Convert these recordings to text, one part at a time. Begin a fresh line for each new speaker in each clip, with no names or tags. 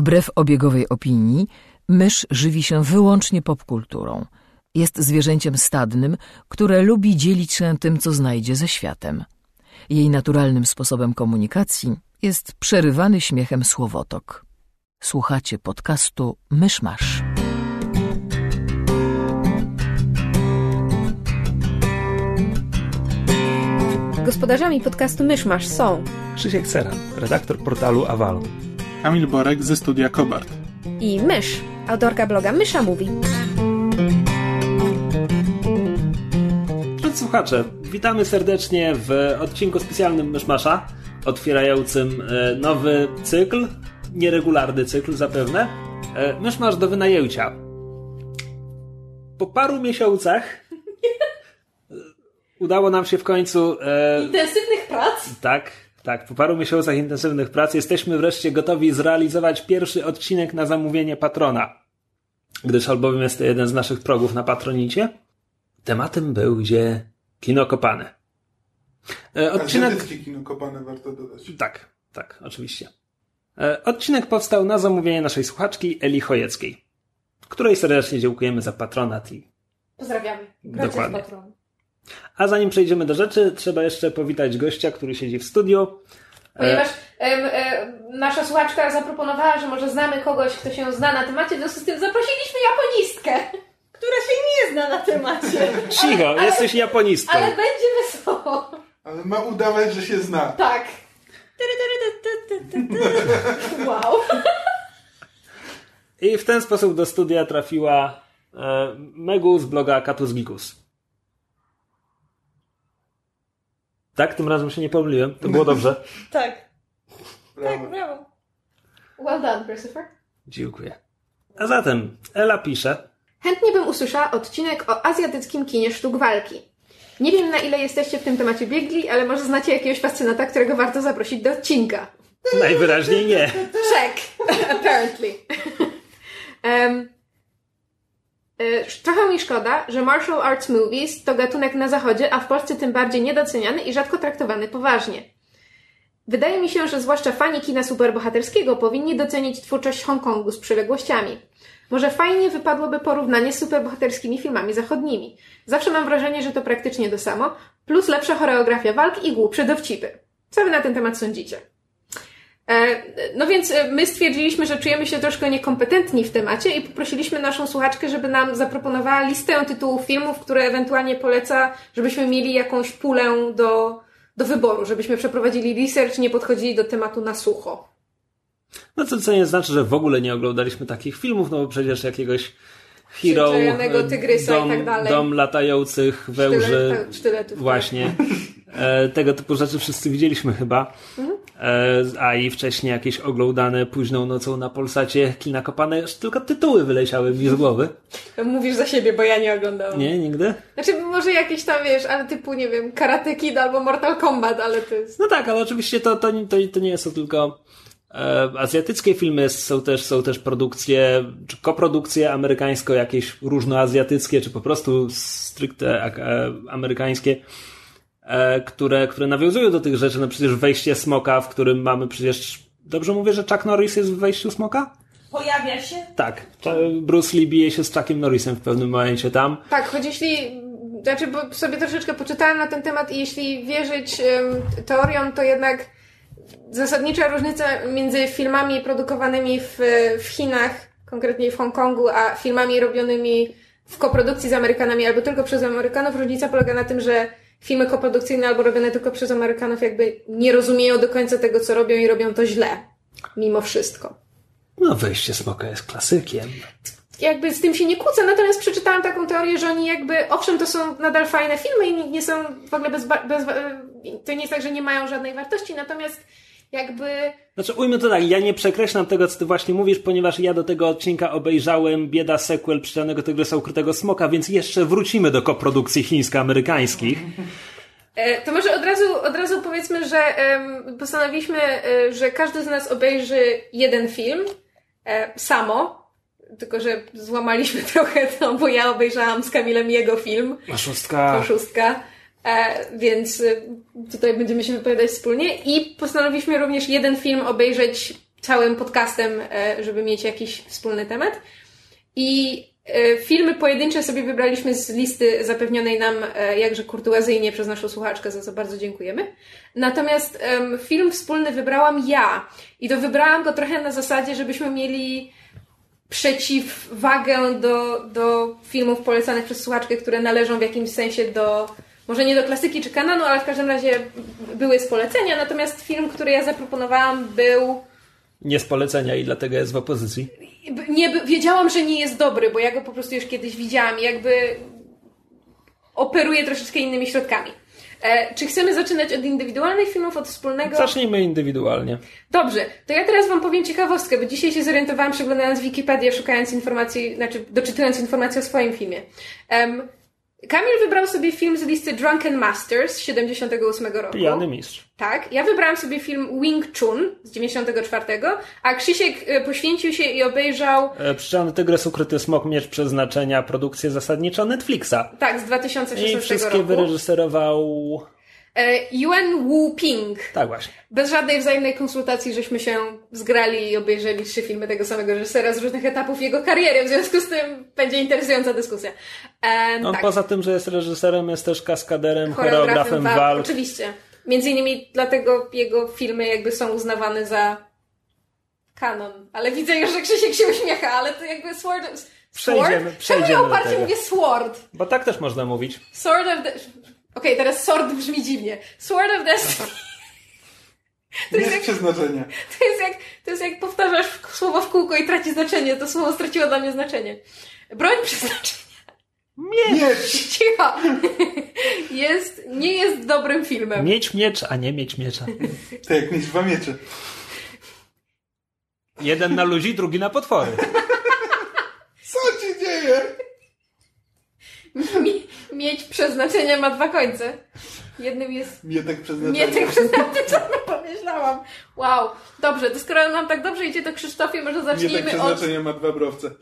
Wbrew obiegowej opinii, mysz żywi się wyłącznie popkulturą. Jest zwierzęciem stadnym, które lubi dzielić się tym, co znajdzie ze światem. Jej naturalnym sposobem komunikacji jest przerywany śmiechem słowotok. Słuchacie podcastu Myszmasz.
Gospodarzami podcastu Myszmasz są
Krzysiek Ceran, redaktor portalu Avalon,
Kamil Borek ze studia Kobart
i Mysz, autorka bloga Mysza Mówi.
Drodzy słuchacze, witamy serdecznie w odcinku specjalnym Myszmasza, otwierającym nowy cykl, nieregularny cykl zapewne, Myszmasz do wynajęcia. Po paru miesiącach udało nam się w końcu...
Intensywnych prac?
Tak, po paru miesiącach intensywnych prac jesteśmy wreszcie gotowi zrealizować pierwszy odcinek na zamówienie patrona. Gdyż albowiem jest to jeden z naszych progów na Patronicie. Tematem będzie kino kopane.
Azjatyckie kino kopane, warto dodać.
Tak, oczywiście. Odcinek powstał na zamówienie naszej słuchaczki Eli Chojeckiej, której serdecznie dziękujemy za patronat i...
Pozdrawiamy.
Dokładnie.
Patron.
A zanim przejdziemy do rzeczy, trzeba jeszcze powitać gościa, który siedzi w studiu.
Ponieważ nasza słuchaczka zaproponowała, że może znamy kogoś, kto się zna na temacie, w związku z tym zaprosiliśmy japonistkę, która się nie zna na temacie.
Cicho, jesteś japonistką.
Ale będzie wesoło.
Ale ma udawać, że się zna.
Tak. Wow.
I w ten sposób do studia trafiła Megu z bloga Katus Gikus. Tak, tym razem się nie pomyliłem. To było dobrze.
Tak.
Brawo.
Tak, brawo. Well done, Christopher.
Dziękuję. A zatem Ela pisze:
Chętnie bym usłyszała odcinek o azjatyckim kinie sztuk walki. Nie wiem, na ile jesteście w tym temacie biegli, ale może znacie jakiegoś fascynata, którego warto zaprosić do odcinka.
Najwyraźniej nie.
Check. Apparently. Trochę mi szkoda, że martial arts movies to gatunek na zachodzie, a w Polsce tym bardziej niedoceniany i rzadko traktowany poważnie. Wydaje mi się, że zwłaszcza fani kina superbohaterskiego powinni docenić twórczość Hongkongu z przyległościami. Może fajnie wypadłoby porównanie z superbohaterskimi filmami zachodnimi. Zawsze mam wrażenie, że to praktycznie to samo, plus lepsza choreografia walk i głupsze dowcipy. Co wy na ten temat sądzicie? No więc my stwierdziliśmy, że czujemy się troszkę niekompetentni w temacie i poprosiliśmy naszą słuchaczkę, żeby nam zaproponowała listę tytułów filmów, które ewentualnie poleca, żebyśmy mieli jakąś pulę do wyboru, żebyśmy przeprowadzili research, nie podchodzili do tematu na sucho.
No co nie znaczy, że w ogóle nie oglądaliśmy takich filmów, no bo przecież jakiegoś Hero,
tygrysa i tak dalej.
Dom latających wełży,
sztyletów.
właśnie. Tego typu rzeczy wszyscy widzieliśmy chyba. A i wcześniej jakieś oglądane późną nocą na Polsacie kina kopane, tylko tytuły wyleciały mi z głowy.
Mówisz za siebie, bo ja nie oglądałam.
Nie, nigdy?
Znaczy może jakieś tam, wiesz, ale typu, nie wiem, Karate Kid albo Mortal Kombat, ale to jest...
No tak, ale oczywiście to nie są tylko azjatyckie filmy, są też produkcje, czy koprodukcje amerykańsko, jakieś różnoazjatyckie, czy po prostu stricte amerykańskie, które nawiązują do tych rzeczy. No przecież Wejście Smoka, w którym mamy przecież... Dobrze mówię, że Chuck Norris jest w Wejściu Smoka?
Pojawia się?
Tak. Bruce Lee bije się z Chuckiem Norrisem w pewnym momencie tam.
Tak, choć bo sobie troszeczkę poczytałam na ten temat i jeśli wierzyć teoriom, to jednak zasadnicza różnica między filmami produkowanymi w Chinach, konkretnie w Hongkongu, a filmami robionymi w koprodukcji z Amerykanami albo tylko przez Amerykanów, różnica polega na tym, że filmy koprodukcyjne albo robione tylko przez Amerykanów jakby nie rozumieją do końca tego, co robią i robią to źle. Mimo wszystko.
No Wejście Smoka jest klasykiem.
Jakby z tym się nie kłócę, natomiast przeczytałam taką teorię, że oni jakby, owszem, to są nadal fajne filmy i nie są w ogóle to nie jest tak, że nie mają żadnej wartości, natomiast jakby...
Znaczy ujmę to tak, ja nie przekreślam tego, co ty właśnie mówisz, ponieważ ja do tego odcinka obejrzałem bieda sequel Pszczelnego Tygrysa Ukrytego Smoka, więc jeszcze wrócimy do koprodukcji chińsko-amerykańskich.
To może od razu powiedzmy, że postanowiliśmy, że każdy z nas obejrzy jeden film samo, tylko że złamaliśmy trochę to, bo ja obejrzałam z Kamilem jego film. Oszustka. Więc tutaj będziemy się wypowiadać wspólnie i postanowiliśmy również jeden film obejrzeć całym podcastem, żeby mieć jakiś wspólny temat. I filmy pojedyncze sobie wybraliśmy z listy zapewnionej nam jakże kurtuazyjnie przez naszą słuchaczkę, za co bardzo dziękujemy. Natomiast film wspólny wybrałam ja. I to wybrałam go trochę na zasadzie, żebyśmy mieli przeciwwagę do filmów polecanych przez słuchaczkę, które należą w jakimś sensie może nie do klasyki czy kanonu, ale w każdym razie były z polecenia. Natomiast film, który ja zaproponowałam, był...
Nie z polecenia i dlatego jest w opozycji.
Wiedziałam, że nie jest dobry, bo ja go po prostu już kiedyś widziałam i jakby operuję troszeczkę innymi środkami. Czy chcemy zaczynać od indywidualnych filmów, od wspólnego?
Zacznijmy indywidualnie.
Dobrze, to ja teraz wam powiem ciekawostkę, bo dzisiaj się zorientowałam, przeglądając Wikipedię, szukając informacji, doczytując informacji o swoim filmie. Kamil wybrał sobie film z listy Drunken Masters z 78 roku.
Pijany mistrz.
Tak, ja wybrałam sobie film Wing Chun z 94, a Krzysiek poświęcił się i obejrzał...
Przyczajony tygrys, ukryty smok, miecz przeznaczenia, produkcje zasadniczo Netflixa.
Tak, z 2016 roku.
I wszystkie wyreżyserował...
Yuan Wu Ping.
Tak właśnie.
Bez żadnej wzajemnej konsultacji żeśmy się zgrali i obejrzeli 3 filmy tego samego reżysera z różnych etapów jego kariery, w związku z tym będzie interesująca dyskusja.
Tak. Poza tym, że jest reżyserem, jest też kaskaderem, choreografem walk.
Oczywiście. Między innymi dlatego jego filmy jakby są uznawane za kanon. Ale widzę już, że Krzysiek się uśmiecha, ale to jakby
Przejdziemy
Czemu ja
do
oparcie
tego.
mówię sword?
Bo tak też można mówić.
Sword of the... Okej, teraz sword brzmi dziwnie. Sword of Destiny.
Jest przeznaczenie.
To jest jak powtarzasz słowo w kółko i traci znaczenie. To słowo straciło dla mnie znaczenie. Broń przeznaczenia.
Miecz!
Cicho! Nie jest dobrym filmem.
Mieć miecz, a nie mieć miecza.
Tak jak mieć 2 miecze.
Jeden na ludzi, drugi na potwory.
Co się dzieje?
Mieć przeznaczenia ma 2 końce. Jednym jest...
Mietek przeznaczenia.
Mietek przeznaczenia, pomyślałam. Wow. Dobrze, to skoro nam tak dobrze idzie, to Krzysztofie, może zacznijmy
Mietek przeznaczenia ma 2 browce.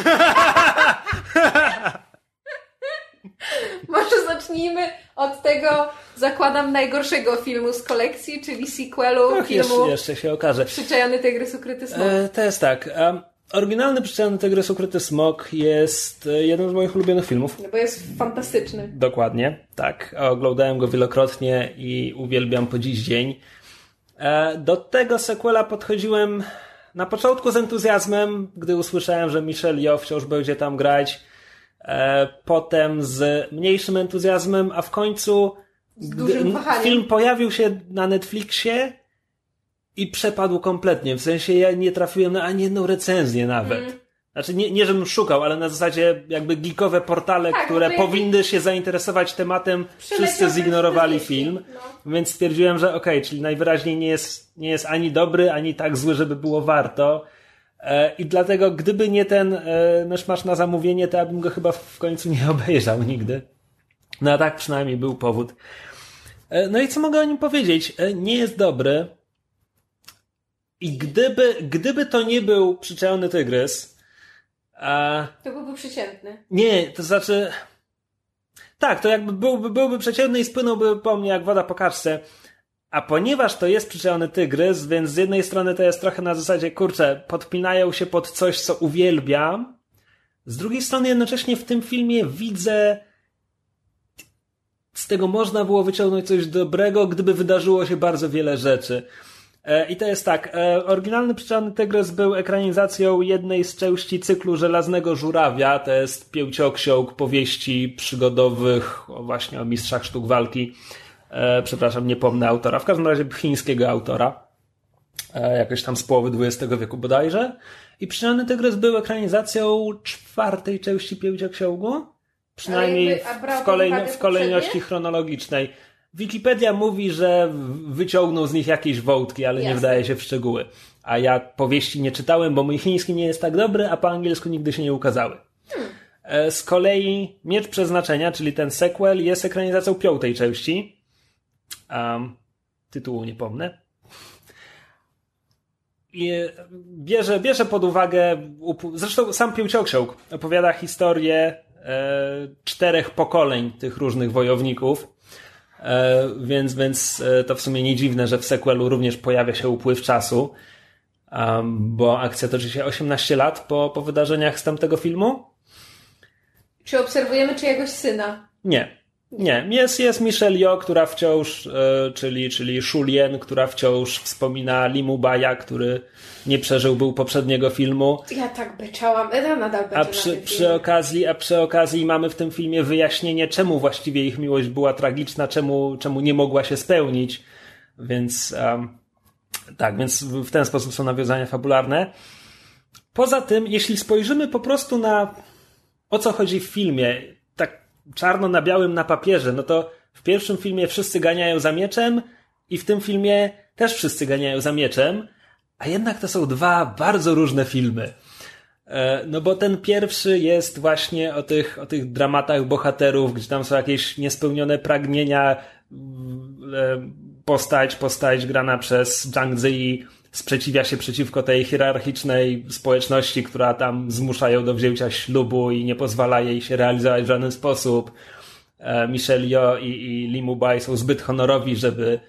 Może zacznijmy od tego, zakładam, najgorszego filmu z kolekcji, czyli sequelu filmu
Jeszcze się okaże.
Przyczajony tygrys, ukryty smok.
To jest tak. Oryginalny Przyczajony tygrys, ukryty smok jest jednym z moich ulubionych filmów.
No bo jest fantastyczny.
Dokładnie, tak. Oglądałem go wielokrotnie i uwielbiam po dziś dzień. Do tego sequela podchodziłem na początku z entuzjazmem, gdy usłyszałem, że Michelle Yeoh wciąż będzie tam grać. Potem z mniejszym entuzjazmem, a w końcu gdy film pojawił się na Netflixie i przepadł kompletnie. W sensie ja nie trafiłem na ani jedną recenzję nawet. Znaczy nie żebym szukał, ale na zasadzie jakby geekowe portale, które powinny się zainteresować tematem, wszyscy zignorowali film. No. Więc stwierdziłem, że okej, czyli najwyraźniej nie jest ani dobry, ani tak zły, żeby było warto. I dlatego, gdyby nie ten myszmasz na zamówienie, to ja bym go chyba w końcu nie obejrzał nigdy. No a tak przynajmniej był powód. No i co mogę o nim powiedzieć? Nie jest dobry. I gdyby to nie był Przyczajony tygrys...
to byłby przeciętny.
Nie, to znaczy... Tak, to jakby byłby przeciętny i spłynąłby po mnie jak woda po kaczce. A ponieważ to jest Przyczajony tygrys, więc z jednej strony to jest trochę na zasadzie, kurczę, podpinają się pod coś, co uwielbiam. Z drugiej strony jednocześnie w tym filmie widzę, z tego można było wyciągnąć coś dobrego, gdyby wydarzyło się bardzo wiele rzeczy. I to jest tak, oryginalny Przyczajony tygrys był ekranizacją jednej z części cyklu Żelaznego żurawia, to jest pięcioksiąg powieści przygodowych właśnie o mistrzach sztuk walki. Przepraszam, nie pomnę autora, w każdym razie chińskiego autora, jakoś tam z połowy XX wieku bodajże. I Przyczajony tygrys był ekranizacją 4. części pięcioksiągu, przynajmniej w kolejności chronologicznej. Wikipedia mówi, że wyciągnął z nich jakieś wątki, ale nie wdaje się w szczegóły. A ja powieści nie czytałem, bo mój chiński nie jest tak dobry, a po angielsku nigdy się nie ukazały. Z kolei Miecz Przeznaczenia, czyli ten sequel, jest ekranizacją 5. części. Tytułu nie pomnę. I bierze pod uwagę, zresztą sam pięcioksiąg opowiada historię 4 pokoleń tych różnych wojowników. Więc to w sumie nie dziwne, że w sequelu również pojawia się upływ czasu. bo akcja toczy się 18 lat po wydarzeniach z tamtego filmu.
Czy obserwujemy czyjegoś syna?
Nie. Jest Michelle Yeoh, która wciąż, czyli Shulien, która wciąż wspomina Lee Mu-baja, który nie przeżył był poprzedniego filmu.
Ja tak beczałam, ja nadal beczę
przy okazji mamy w tym filmie wyjaśnienie, czemu właściwie ich miłość była tragiczna, czemu nie mogła się spełnić. Więc więc w ten sposób są nawiązania fabularne. Poza tym, jeśli spojrzymy po prostu na o co chodzi w filmie, tak czarno na białym na papierze, no to w pierwszym filmie wszyscy ganiają za mieczem i w tym filmie też wszyscy ganiają za mieczem, a jednak to są dwa bardzo różne filmy. No bo ten pierwszy jest właśnie o tych dramatach bohaterów, gdzie tam są jakieś niespełnione pragnienia. Postać grana przez Zhang Ziyi sprzeciwia się przeciwko tej hierarchicznej społeczności, która tam zmusza ją do wzięcia ślubu i nie pozwala jej się realizować w żaden sposób. Michelle Yeoh i Lee Mu-bai są zbyt honorowi, żeby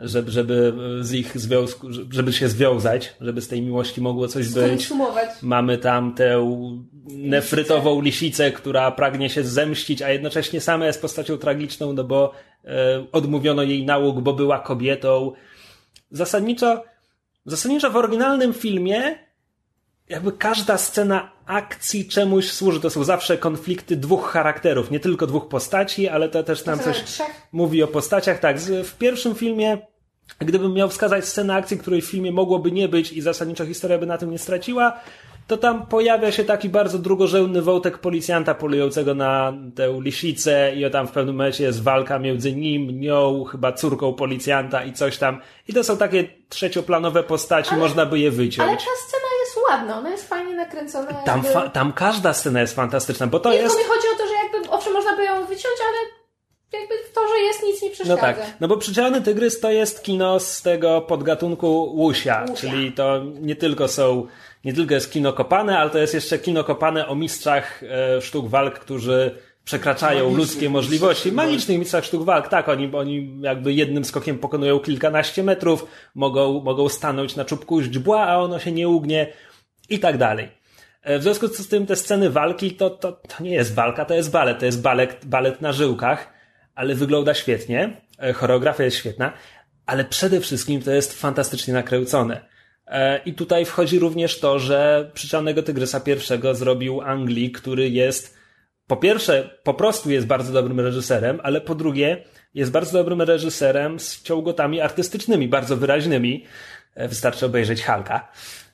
z ich związku, żeby się związać, żeby z tej miłości mogło coś być. Mamy tam tę nefrytową lisicę, która pragnie się zemścić, a jednocześnie sama jest postacią tragiczną, no bo odmówiono jej nauk, bo była kobietą. Zasadniczo w oryginalnym filmie jakby każda scena akcji czemuś służy. To są zawsze konflikty dwóch charakterów, nie tylko dwóch postaci, ale to też nam coś mówi o postaciach. Tak, w pierwszym filmie, gdybym miał wskazać scenę akcji, której w filmie mogłoby nie być i zasadniczo historia by na tym nie straciła, to tam pojawia się taki bardzo drugorzędny wątek policjanta polującego na tę lisicę i tam w pewnym momencie jest walka między nim, nią, chyba córką policjanta i coś tam. I to są takie trzecioplanowe postaci, można by je wyciąć.
Ale ta scena jest ładna, ona jest fajnie nakręcona.
Tam każda scena jest fantastyczna, bo to jest...
Tylko mi chodzi o to, że jakby, owszem, można by ją wyciąć, ale jakby to, że jest, nic nie przeszkadza.
No tak, no bo Przyczajony Tygrys to jest kino z tego podgatunku wuxia, czyli to nie tylko jest kino kopane, ale to jest jeszcze kino kopane o mistrzach sztuk walk, którzy przekraczają ludzkie możliwości. Magicznych mistrzach sztuk walk, tak, oni jakby jednym skokiem pokonują kilkanaście metrów, mogą stanąć na czubku źdźbła, a ono się nie ugnie i tak dalej. W związku z tym te sceny walki to nie jest walka, to jest balet na żyłkach, ale wygląda świetnie, choreografia jest świetna, ale przede wszystkim to jest fantastycznie nakręcone. I tutaj wchodzi również to, że Przyczajnego Tygrysa pierwszego zrobił Ang Lee, który jest, po pierwsze, po prostu jest bardzo dobrym reżyserem, ale po drugie, jest bardzo dobrym reżyserem z ciągotami artystycznymi, bardzo wyraźnymi. Wystarczy obejrzeć Hulka.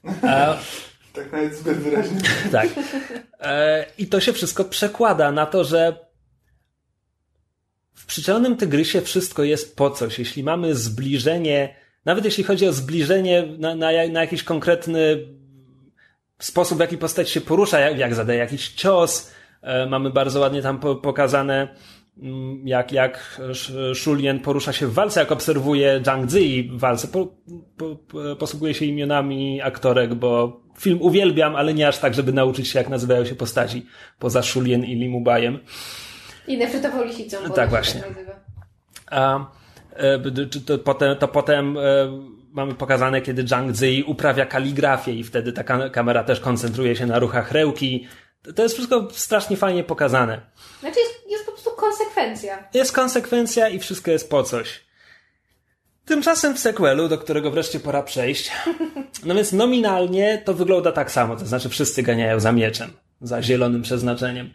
Tak nawet zbyt wyraźnie.
Tak. I to się wszystko przekłada na to, że w Przyczajonym Tygrysie wszystko jest po coś. Jeśli mamy zbliżenie, nawet jeśli chodzi o zbliżenie na jakiś konkretny sposób, w jaki postać się porusza, jak zadaje jakiś cios, mamy bardzo ładnie tam pokazane, jak Shulien porusza się w walce, jak obserwuje Zhang Ziyi w walce. Posługuje się imionami aktorek, bo film uwielbiam, ale nie aż tak, żeby nauczyć się, jak nazywają się postaci poza Shulien i Lee Mu-bajem.
I nefrytową lisicą.
Tak właśnie. Potem mamy pokazane, kiedy Zhang Ziyi uprawia kaligrafię i wtedy ta kamera też koncentruje się na ruchach ręki. To jest wszystko strasznie fajnie pokazane.
Znaczy jest po prostu konsekwencja.
Jest konsekwencja i wszystko jest po coś. Tymczasem w sequelu, do którego wreszcie pora przejść, no więc nominalnie to wygląda tak samo, to znaczy wszyscy ganiają za mieczem, za zielonym przeznaczeniem.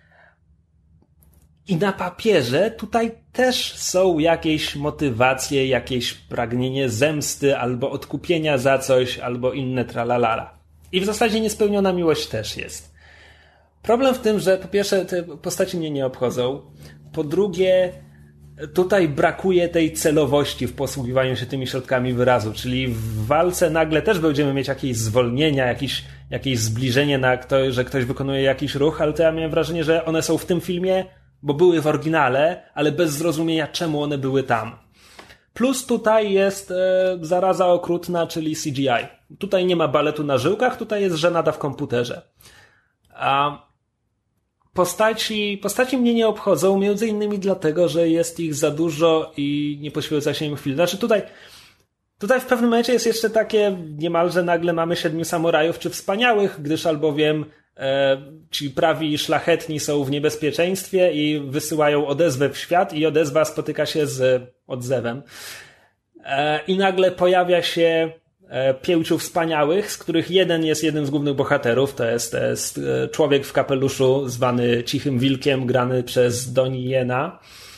I na papierze tutaj też są jakieś motywacje, jakieś pragnienie zemsty, albo odkupienia za coś, albo inne tralalala. I w zasadzie niespełniona miłość też jest. Problem w tym, że po pierwsze te postaci mnie nie obchodzą, po drugie tutaj brakuje tej celowości w posługiwaniu się tymi środkami wyrazu, czyli w walce nagle też będziemy mieć jakieś zwolnienia, jakieś zbliżenie że ktoś wykonuje jakiś ruch, ale to ja miałem wrażenie, że one są w tym filmie, bo były w oryginale, ale bez zrozumienia, czemu one były tam. Plus tutaj jest zaraza okrutna, czyli CGI. Tutaj nie ma baletu na żyłkach, tutaj jest żenada w komputerze. A postaci mnie nie obchodzą, między innymi dlatego, że jest ich za dużo i nie poświęca się im chwili. Znaczy tutaj Tutaj w pewnym momencie jest jeszcze takie niemalże nagle mamy 7 samurajów czy wspaniałych, gdyż albowiem ci prawi szlachetni są w niebezpieczeństwie i wysyłają odezwę w świat i odezwa spotyka się z odzewem. I nagle pojawia się 5 wspaniałych, z których jeden jest jednym z głównych bohaterów. To jest człowiek w kapeluszu zwany Cichym Wilkiem, grany przez Donnie Yena.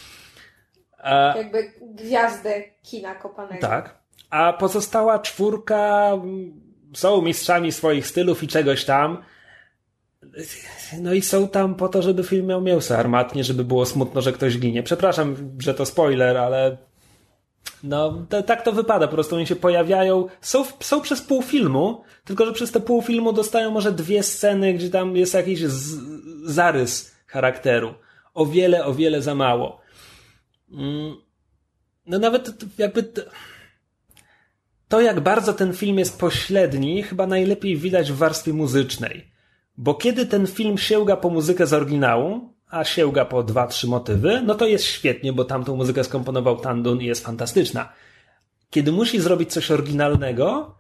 Jakby gwiazdę kina kopanego.
Tak. A pozostała 4 są mistrzami swoich stylów i czegoś tam. No i są tam po to, żeby film miał mięso armatnie, żeby było smutno, że ktoś ginie. Przepraszam, że to spoiler, ale no tak to wypada. Po prostu oni się pojawiają. Są przez pół filmu, tylko że przez te pół filmu dostają może 2 sceny, gdzie tam jest jakiś zarys charakteru. O wiele za mało. No nawet jakby to, jak bardzo ten film jest pośredni, chyba najlepiej widać w warstwie muzycznej. Bo kiedy ten film sięga po muzykę z oryginału, a sięga po 2-3 motywy, no to jest świetnie, bo tamtą muzykę skomponował Tandun i jest fantastyczna. Kiedy musi zrobić coś oryginalnego,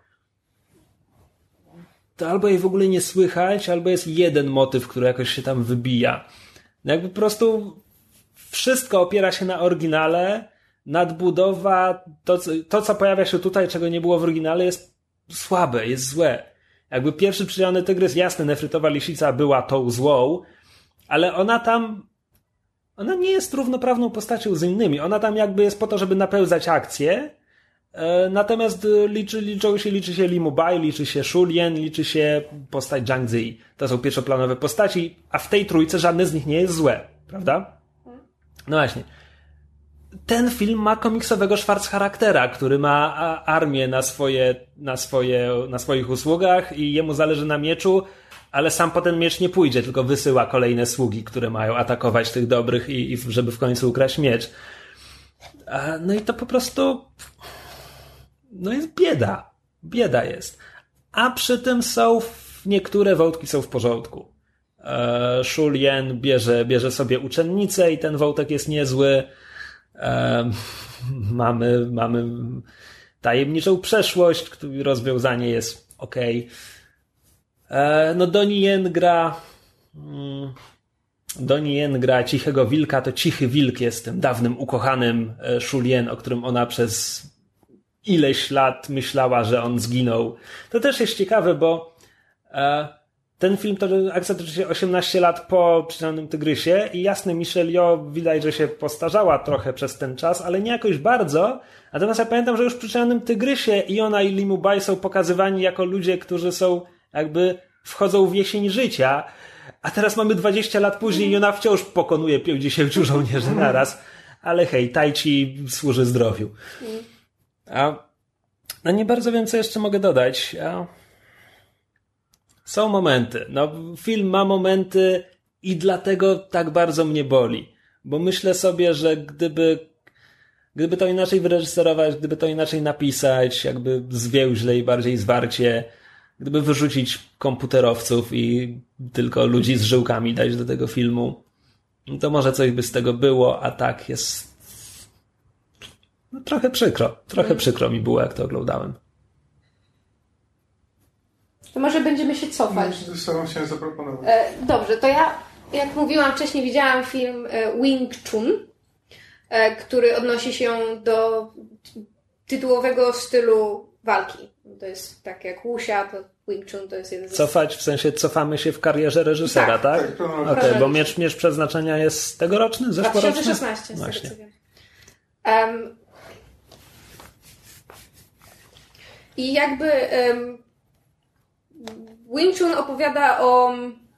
to albo jej w ogóle nie słychać, albo jest jeden motyw, który jakoś się tam wybija. No jakby po prostu wszystko opiera się na oryginale, nadbudowa, to co pojawia się tutaj, czego nie było w oryginale, jest słabe, jest złe. Jakby pierwszy Przyjemny Tygrys, jasne, Nefrytowa Lisica była tą złą, ale ona nie jest równoprawną postacią z innymi. Ona tam jakby jest po to, żeby napełzać akcję, natomiast liczy się Li Mubai, liczy się Shulien, liczy się postać Zhang Ziyi. To są pierwszoplanowe postaci, a w tej trójce żadne z nich nie jest złe, prawda? No właśnie. Ten film ma komiksowego Schwarzcharaktera, który ma armię na swoich usługach i jemu zależy na mieczu, ale sam po ten miecz nie pójdzie, tylko wysyła kolejne sługi, które mają atakować tych dobrych i żeby w końcu ukraść miecz. No i to po prostu jest bieda. Bieda jest. A przy tym niektóre wątki są w porządku. Shulien bierze sobie uczennicę i ten wątek jest niezły. Mamy tajemniczą przeszłość, której rozwiązanie jest okej. No Donnie Yen gra Cichego Wilka, to Cichy Wilk jest tym dawnym ukochanym Shulien, o którym ona przez ileś lat myślała, że on zginął. To też jest ciekawe, bo ten film, akcja toczy się 18 lat po Przyjemnym Tygrysie i jasne, Michelle Yeoh widać, że się postarzała trochę przez ten czas, ale nie jakoś bardzo. Natomiast ja pamiętam, że już przy Przyjemnym Tygrysie i ona i Li Mubai są pokazywani jako ludzie, którzy są jakby wchodzą w jesień życia, a teraz mamy 20 lat później i ona wciąż pokonuje 50 żołnierzy naraz. Ale hej, tai chi służy zdrowiu. No nie bardzo wiem, co jeszcze mogę dodać. Są momenty. No, film ma momenty i dlatego tak bardzo mnie boli. Bo myślę sobie, że gdyby to inaczej wyreżyserować, gdyby to inaczej napisać, jakby zwięźlej, bardziej zwarcie, gdyby wyrzucić komputerowców i tylko ludzi z żyłkami dać do tego filmu, to może coś by z tego było, a tak jest trochę przykro. Trochę przykro mi było, jak to oglądałem.
To może będziemy się cofać.
No, to chciałem zaproponować.
Dobrze, to ja, jak mówiłam wcześniej, widziałam film Wing Chun, który odnosi się do tytułowego stylu walki. To jest tak jak Wuxia, to Wing Chun to jest jeden z...
Cofać, w sensie cofamy się w karierze reżysera, tak? Okej, bo Miecz Przeznaczenia jest tegoroczny, zeszłoroczny?
2016,
właśnie.
z tego co wiem. I jakby Wing Chun opowiada o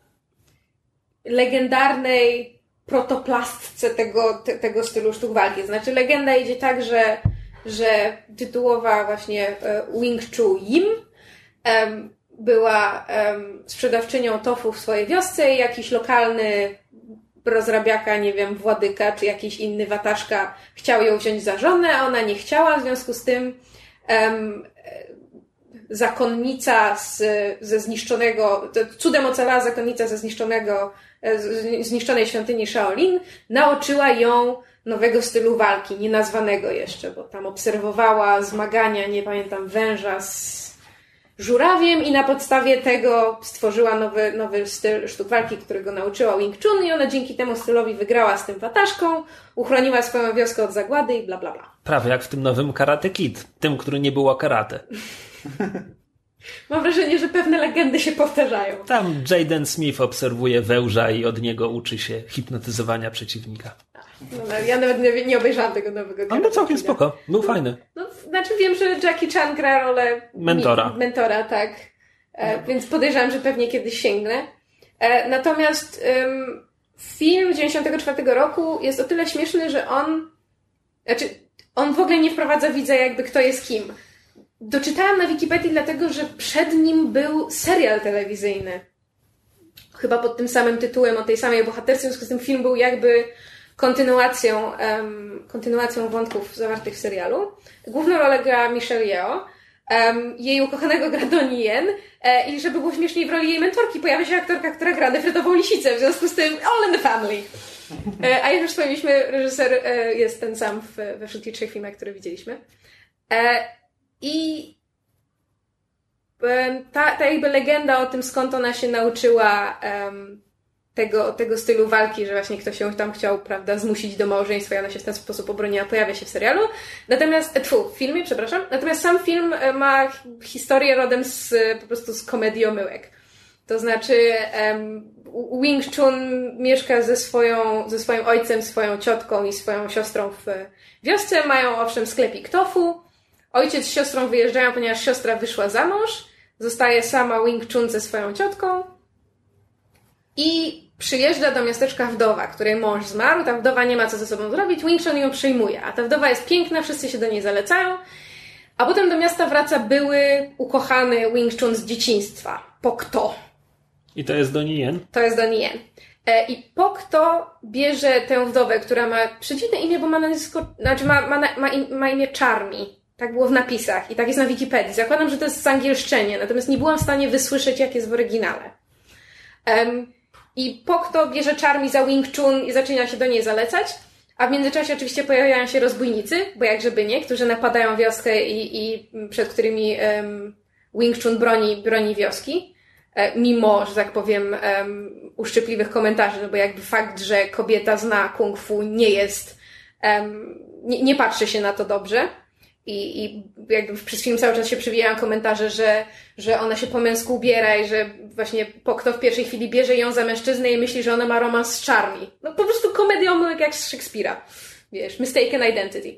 legendarnej protoplastce tego stylu sztuk walki. Znaczy legenda idzie tak, że tytułowa właśnie Wing Chun Yim była sprzedawczynią tofu w swojej wiosce i jakiś lokalny rozrabiaka, nie wiem, władyka czy jakiś inny wataszka chciał ją wziąć za żonę, a ona nie chciała, w związku z tym zakonnica ze zniszczonego, cudem ocalała zakonnica ze zniszczonej świątyni Shaolin, naoczyła ją nowego stylu walki, nienazwanego jeszcze, bo tam obserwowała zmagania, nie pamiętam, węża z żurawiem i na podstawie tego stworzyła nowy styl sztuk walki, którego nauczyła Wing Chun i ona dzięki temu stylowi wygrała z tym wataszką, uchroniła swoją wioskę od zagłady i bla bla bla.
Prawie jak w tym nowym Karate Kid, tym, który nie było karate.
Mam wrażenie, że pewne legendy się powtarzają.
Tam Jaden Smith obserwuje węża i od niego uczy się hipnotyzowania przeciwnika.
No, ja nawet nie obejrzałam tego nowego Karate
No całkiem
Kida.
spoko, był fajny.
No, znaczy wiem, że Jackie Chan gra rolę mentora, tak. Więc podejrzewam, że pewnie kiedyś sięgnę. Natomiast film 94 roku jest o tyle śmieszny, że on w ogóle nie wprowadza widza jakby kto jest kim. Doczytałam na Wikipedii dlatego, że przed nim był serial telewizyjny. Chyba pod tym samym tytułem, o tej samej bohaterce, w związku z tym film był jakby kontynuacją wątków zawartych w serialu. Główną rolę gra Michelle Yeoh. Jej ukochanego gra Donnie Yen i żeby było śmieszniej, w roli jej mentorki pojawia się aktorka, która gra nefrytową lisicę, w związku z tym all in the family. A jak już wspomnieliśmy, reżyser jest ten sam we wszystkich 3 filmach, które widzieliśmy. I ta jakby legenda o tym, skąd ona się nauczyła tego stylu walki, że właśnie ktoś ją tam chciał, prawda, zmusić do małżeństwa i ona się w ten sposób obroniła, pojawia się w serialu. W filmie, przepraszam. Natomiast sam film ma historię rodem po prostu z komedii omyłek. To znaczy Wing Chun mieszka ze swoim ojcem, swoją ciotką i swoją siostrą w wiosce. Mają owszem sklepik tofu. Ojciec z siostrą wyjeżdżają, ponieważ siostra wyszła za mąż. Zostaje sama Wing Chun ze swoją ciotką. I przyjeżdża do miasteczka wdowa, której mąż zmarł. Ta wdowa nie ma co ze sobą zrobić. Wing Chun ją przyjmuje. A ta wdowa jest piękna, wszyscy się do niej zalecają. A potem do miasta wraca były ukochany Wing Chun z dzieciństwa. Pokto.
I to jest Donnie Yen?
To jest Donnie Yen. I Pokto bierze tę wdowę, która ma przedziwne imię, bo ma nazwisko, znaczy ma imię Charmi. Tak było w napisach i tak jest na Wikipedii. Zakładam, że to jest zangielszczenie, natomiast nie byłam w stanie wysłyszeć, jak jest w oryginale. I Pokto bierze Charmi za Wing Chun i zaczyna się do niej zalecać, a w międzyczasie oczywiście pojawiają się rozbójnicy, bo jakżeby nie, którzy napadają wioskę i przed którymi Wing Chun broni wioski. Mimo, że tak powiem, uszczypliwych komentarzy, no bo jakby fakt, że kobieta zna kung fu nie jest, nie patrzy się na to dobrze. I jakby przez film cały czas się przewijają komentarze, że ona się po męsku ubiera i że właśnie Pokto w pierwszej chwili bierze ją za mężczyznę i myśli, że ona ma romans z Charmi. No po prostu komedia omyłek jak z Szekspira. Wiesz, mistaken identity.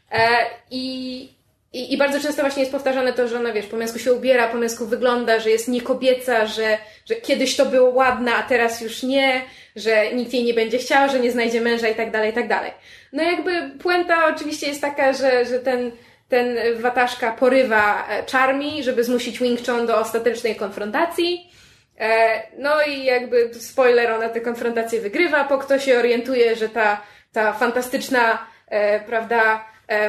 I bardzo często właśnie jest powtarzane to, że ona, wiesz, po męsku się ubiera, po męsku wygląda, że jest niekobieca, że kiedyś to było ładne, a teraz już nie, że nikt jej nie będzie chciał, że nie znajdzie męża i tak dalej, i tak dalej. No jakby puenta oczywiście jest taka, że ten wataszka porywa Charmi, żeby zmusić Wing Chun do ostatecznej konfrontacji. No i jakby spoiler, ona tę konfrontację wygrywa, Pokto się orientuje, że ta fantastyczna, prawda,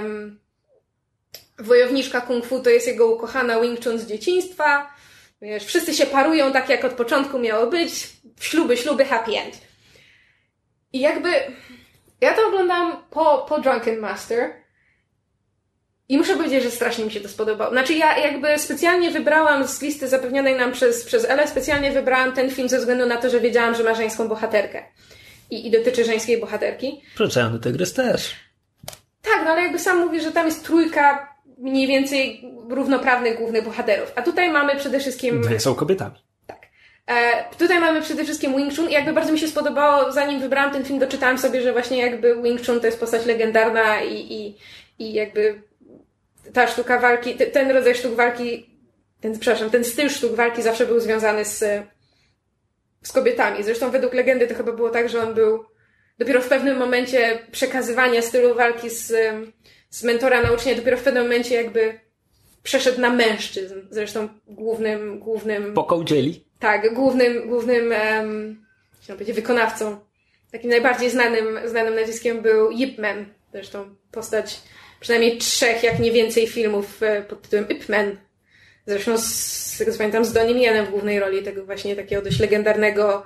wojowniczka kung fu to jest jego ukochana Wing Chun z dzieciństwa. Wiesz, wszyscy się parują tak, jak od początku miało być. Śluby, happy end. I jakby ja to oglądałam po Drunken Master i muszę powiedzieć, że strasznie mi się to spodobało. Znaczy ja jakby specjalnie wybrałam z listy zapewnionej nam przez Elę, specjalnie wybrałam ten film ze względu na to, że wiedziałam, że ma żeńską bohaterkę. I dotyczy żeńskiej bohaterki.
Czarny Tygrys też.
Tak, no ale jakby sam mówi, że tam jest 3 mniej więcej równoprawnych głównych bohaterów. A tutaj mamy przede wszystkim...
2 są kobietami.
Tak. Tutaj mamy przede wszystkim Wing Chun i jakby bardzo mi się spodobało, zanim wybrałam ten film, doczytałam sobie, że właśnie jakby Wing Chun to jest postać legendarna i jakby ta sztuka walki, ten rodzaj sztuk walki, ten styl sztuk walki zawsze był związany z kobietami. Zresztą według legendy to chyba było tak, że on był dopiero w pewnym momencie przekazywania stylu walki z mentora na ucznia, dopiero w pewnym momencie jakby przeszedd na mężczyzn. Zresztą głównym...
Po kołdzieli?
Tak, głównym wykonawcą. Takim najbardziej znanym nazwiskiem był Ip Man. Zresztą postać przynajmniej 3, jak nie więcej filmów pod tytułem Ip Man Zresztą z tego co pamiętam z Donnie Yenem w głównej roli, tego właśnie takiego dość legendarnego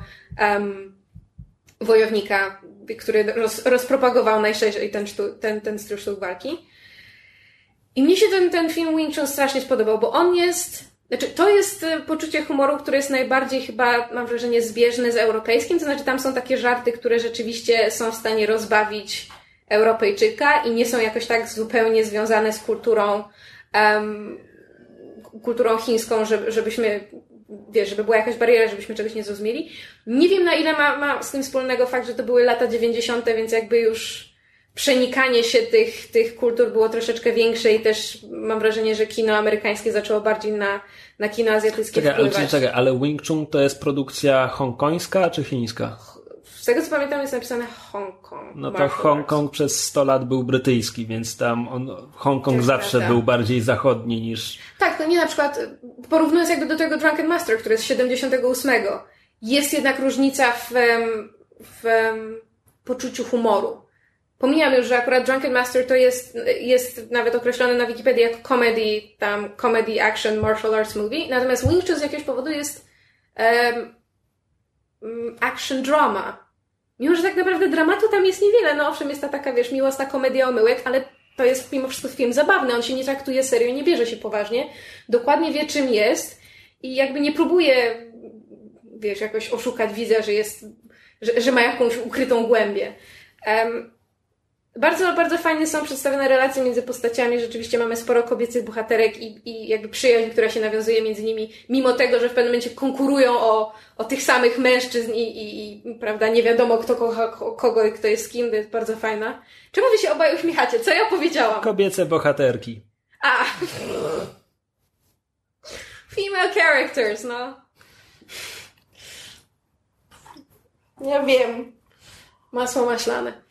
wojownika, który rozpropagował najszerzej ten styl sztuk walki. I mnie się ten film Wing Chun strasznie spodobał, bo on jest... Znaczy, to jest poczucie humoru, które jest najbardziej chyba, mam wrażenie, zbieżne z europejskim. To znaczy, tam są takie żarty, które rzeczywiście są w stanie rozbawić Europejczyka i nie są jakoś tak zupełnie związane z kulturą chińską, żebyśmy, wiesz, żeby była jakaś bariera, żebyśmy czegoś nie zrozumieli. Nie wiem, na ile ma z tym wspólnego fakt, że to były lata 90., więc jakby już przenikanie się tych kultur było troszeczkę większe i też mam wrażenie, że kino amerykańskie zaczęło bardziej na kino azjatyckie wpływać.
Ale Wing Chun to jest produkcja hongkońska czy chińska?
Z tego co pamiętam jest napisane Hongkong.
No to Hongkong przez 100 lat był brytyjski, więc tam Hongkong zawsze był bardziej zachodni niż...
Tak, to nie na przykład, porównując jakby do tego Drunken Master, który jest z 78, jest jednak różnica w poczuciu humoru. Pomijam już, że akurat Drunken Master to jest nawet określony na Wikipedii jak comedy, action, martial arts movie, natomiast Wing Chun z jakiegoś powodu jest action drama. Mimo, że tak naprawdę dramatu tam jest niewiele, no owszem, jest ta taka, wiesz, miłosna komedia omyłek, ale to jest mimo wszystko film zabawny, on się nie traktuje serio, nie bierze się poważnie, dokładnie wie czym jest i jakby nie próbuje, wiesz, jakoś oszukać widza, że ma jakąś ukrytą głębię. Bardzo, bardzo fajnie są przedstawione relacje między postaciami. Rzeczywiście mamy sporo kobiecych bohaterek i jakby przyjaźń, która się nawiązuje między nimi, mimo tego, że w pewnym momencie konkurują o tych samych mężczyzn i prawda, nie wiadomo kto kocha kogo i kto jest z kim, to jest bardzo fajna. Czemu wy się obaj uśmiechacie? Co ja powiedziałam?
Kobiece bohaterki.
Female characters, no. Ja wiem. Masło maślane.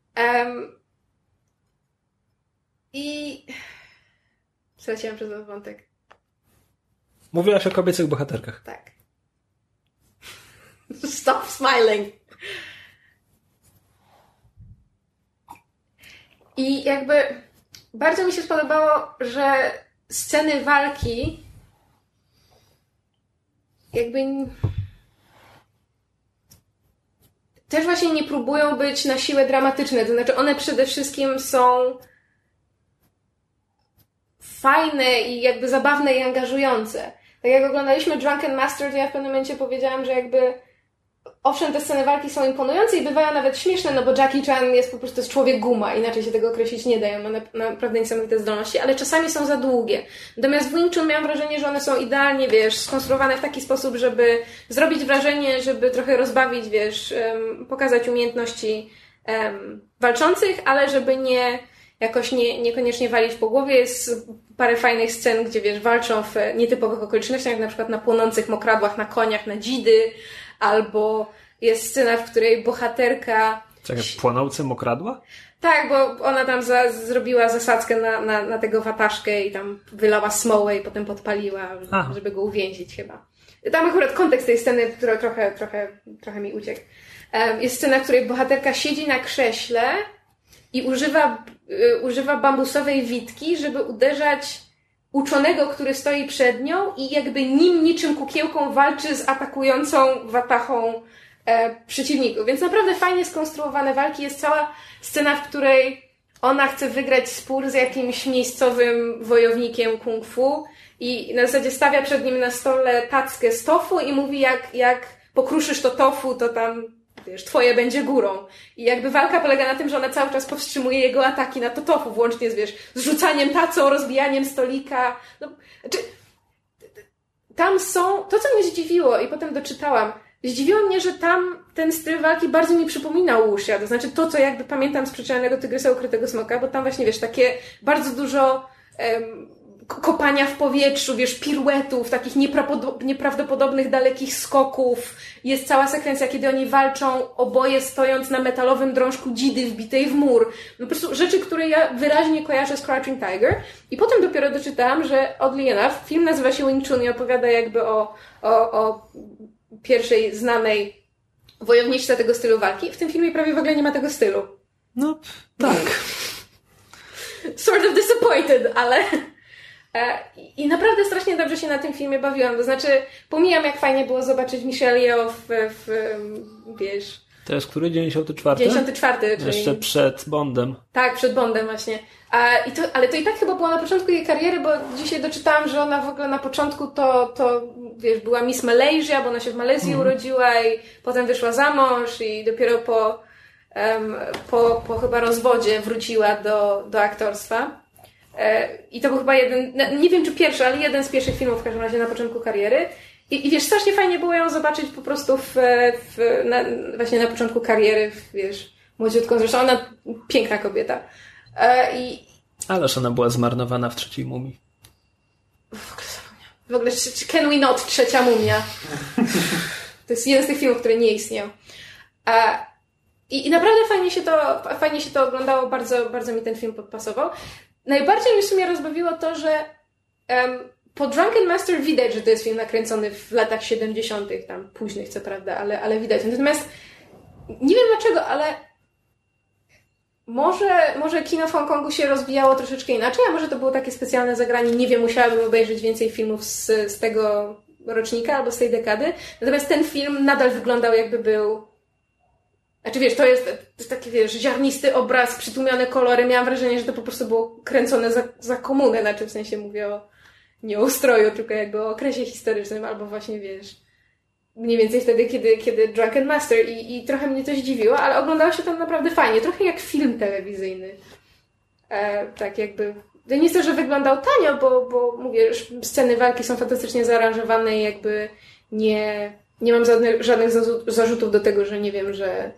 I straciłam przez ten wątek.
Mówiłaś o kobiecych bohaterkach.
Tak. Stop smiling. I jakby bardzo mi się spodobało, że sceny walki jakby też właśnie nie próbują być na siłę dramatyczne. To znaczy one przede wszystkim są fajne i jakby zabawne i angażujące. Tak jak oglądaliśmy Drunken Master, to ja w pewnym momencie powiedziałam, że jakby owszem, te sceny walki są imponujące i bywają nawet śmieszne, no bo Jackie Chan jest po prostu człowiek guma, inaczej się tego określić nie daje, ma naprawdę niesamowite zdolności, ale czasami są za długie. Natomiast w Wing Chun miałam wrażenie, że one są idealnie, wiesz, skonstruowane w taki sposób, żeby zrobić wrażenie, żeby trochę rozbawić, wiesz, pokazać umiejętności walczących, ale żeby niekoniecznie walić po głowie. Jest parę fajnych scen, gdzie, wiesz, walczą w nietypowych okolicznościach, jak na przykład na płonących mokradłach, na koniach, na dzidy, albo jest scena, w której bohaterka...
Czekaj, płonące mokradła?
Tak, bo ona tam zrobiła zasadzkę na tego wataszkę i tam wylała smołę i potem podpaliła, żeby go uwięzić chyba. Tam akurat kontekst tej sceny, który trochę mi uciekł. Jest scena, w której bohaterka siedzi na krześle i używa bambusowej witki, żeby uderzać uczonego, który stoi przed nią i jakby nim niczym kukiełką walczy z atakującą watachą przeciwników. Więc naprawdę fajnie skonstruowane walki. Jest cała scena, w której ona chce wygrać spór z jakimś miejscowym wojownikiem kung fu i na zasadzie stawia przed nim na stole tackę z tofu i mówi jak pokruszysz to tofu, to tam, wiesz, twoje będzie górą. I jakby walka polega na tym, że ona cały czas powstrzymuje jego ataki na to tofu, włącznie z, wiesz, zrzucaniem tacą, rozbijaniem stolika. No, znaczy, tam są... To, co mnie zdziwiło i potem doczytałam, zdziwiło mnie, że tam ten styl walki bardzo mi przypominał Wuxia. To znaczy to, co jakby pamiętam z Przyczajnego Tygrysa Ukrytego Smoka, bo tam właśnie, wiesz, takie bardzo dużo kopania w powietrzu, wiesz, piruetów, takich nieprawdopodobnych, dalekich skoków. Jest cała sekwencja, kiedy oni walczą oboje stojąc na metalowym drążku dzidy wbitej w mur. No po prostu rzeczy, które ja wyraźnie kojarzę z Crouching Tiger. I potem dopiero doczytałam, że oddly enough, film nazywa się Wing Chun i opowiada jakby o pierwszej znanej wojowniczce tego stylu walki. W tym filmie prawie w ogóle nie ma tego stylu.
No, tak.
Sort of disappointed, I naprawdę strasznie dobrze się na tym filmie bawiłam. To znaczy, pomijam, jak fajnie było zobaczyć Michelle Yeoh wiesz...
To jest który? 94?
94, czyli...
Jeszcze przed Bondem.
Tak, przed Bondem właśnie. Ale to i tak chyba było na początku jej kariery, bo dzisiaj doczytałam, że ona w ogóle na początku to wiesz, była Miss Malaysia, bo ona się w Malezji urodziła i potem wyszła za mąż i dopiero po chyba rozwodzie wróciła do aktorstwa. I to był chyba nie wiem czy pierwszy, ale jeden z pierwszych filmów w każdym razie na początku kariery. I wiesz, strasznie fajnie było ją zobaczyć po prostu właśnie na początku kariery, wiesz, młodziutką. Zresztą ona piękna kobieta.
Ależ ona była zmarnowana w trzeciej Mumii.
W ogóle Can We Not? Trzecia Mumia. To jest jeden z tych filmów, który nie istniał. I naprawdę fajnie się to oglądało, bardzo, bardzo mi ten film podpasował. Najbardziej mi w sumie rozbawiło to, że po Drunken Master widać, że to jest film nakręcony w latach 70., tam późnych, co prawda, ale widać. Natomiast nie wiem dlaczego, ale może kino w Hongkongu się rozwijało troszeczkę inaczej, a może to było takie specjalne zagranie, nie wiem, musiałabym obejrzeć więcej filmów z tego rocznika albo z tej dekady. Natomiast ten film nadal wyglądał, jakby był... Znaczy wiesz, to jest taki, wiesz, ziarnisty obraz, przytłumione kolory. Miałam wrażenie, że to po prostu było kręcone za komunę, znaczy w sensie mówię nie o ustroju, tylko jakby o okresie historycznym, albo właśnie, wiesz, mniej więcej wtedy, kiedy Drunken Master i trochę mnie to zdziwiło, ale oglądało się tam naprawdę fajnie, trochę jak film telewizyjny. Tak jakby, to nie jest to, że wyglądał tanio, bo mówię, sceny walki są fantastycznie zaaranżowane i jakby nie mam żadnych zarzutów do tego, że nie wiem, że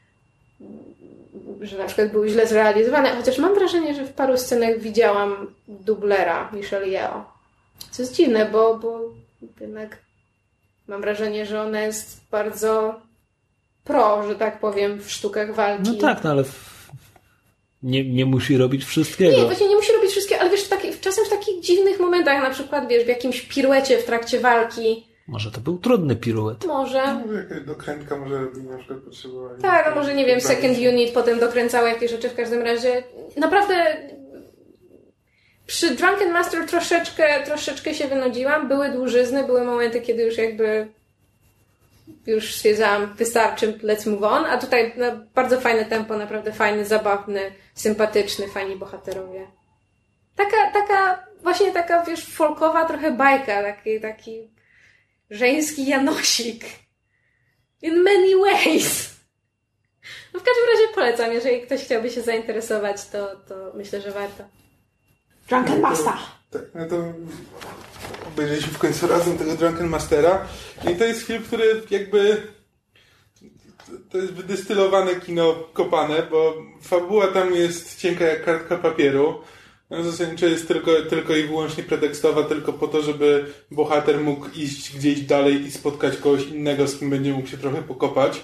na przykład były źle zrealizowane, chociaż mam wrażenie, że w paru scenach widziałam dublera Michelle Yeoh. Co jest dziwne, bo jednak mam wrażenie, że ona jest bardzo że tak powiem, w sztukach walki.
No tak, no ale nie musi robić wszystkiego.
Nie, właśnie nie musi robić wszystkiego, ale wiesz, czasem w takich dziwnych momentach, na przykład wiesz, w jakimś piruecie w trakcie walki.
Może to był trudny piruet.
Może.
No, jakaś dokrętka może na przykład potrzebowała.
Tak, a może nie wiem, second unit potem dokręcała jakieś rzeczy, w każdym razie. Naprawdę przy Drunken Master troszeczkę się wynudziłam. Były dłużyzny, były momenty, kiedy już jakby stwierdzałam, wystarczy, let's move on. A tutaj no, bardzo fajne tempo, naprawdę fajny, zabawny, sympatyczny, fajni bohaterowie. Taka, wiesz, folkowa trochę bajka, taki żeński Janosik. In many ways. No w każdym razie polecam, jeżeli ktoś chciałby się zainteresować, to myślę, że warto. Drunken Master.
Tak, no to obejrzeliśmy w końcu razem tego Drunken Mastera i to jest film, który jakby to jest wydestylowane kino kopane, bo fabuła tam jest cienka jak kartka papieru. No, zasadniczo jest tylko i wyłącznie pretekstowa, tylko po to, żeby bohater mógł iść gdzieś dalej i spotkać kogoś innego, z kim będzie mógł się trochę pokopać.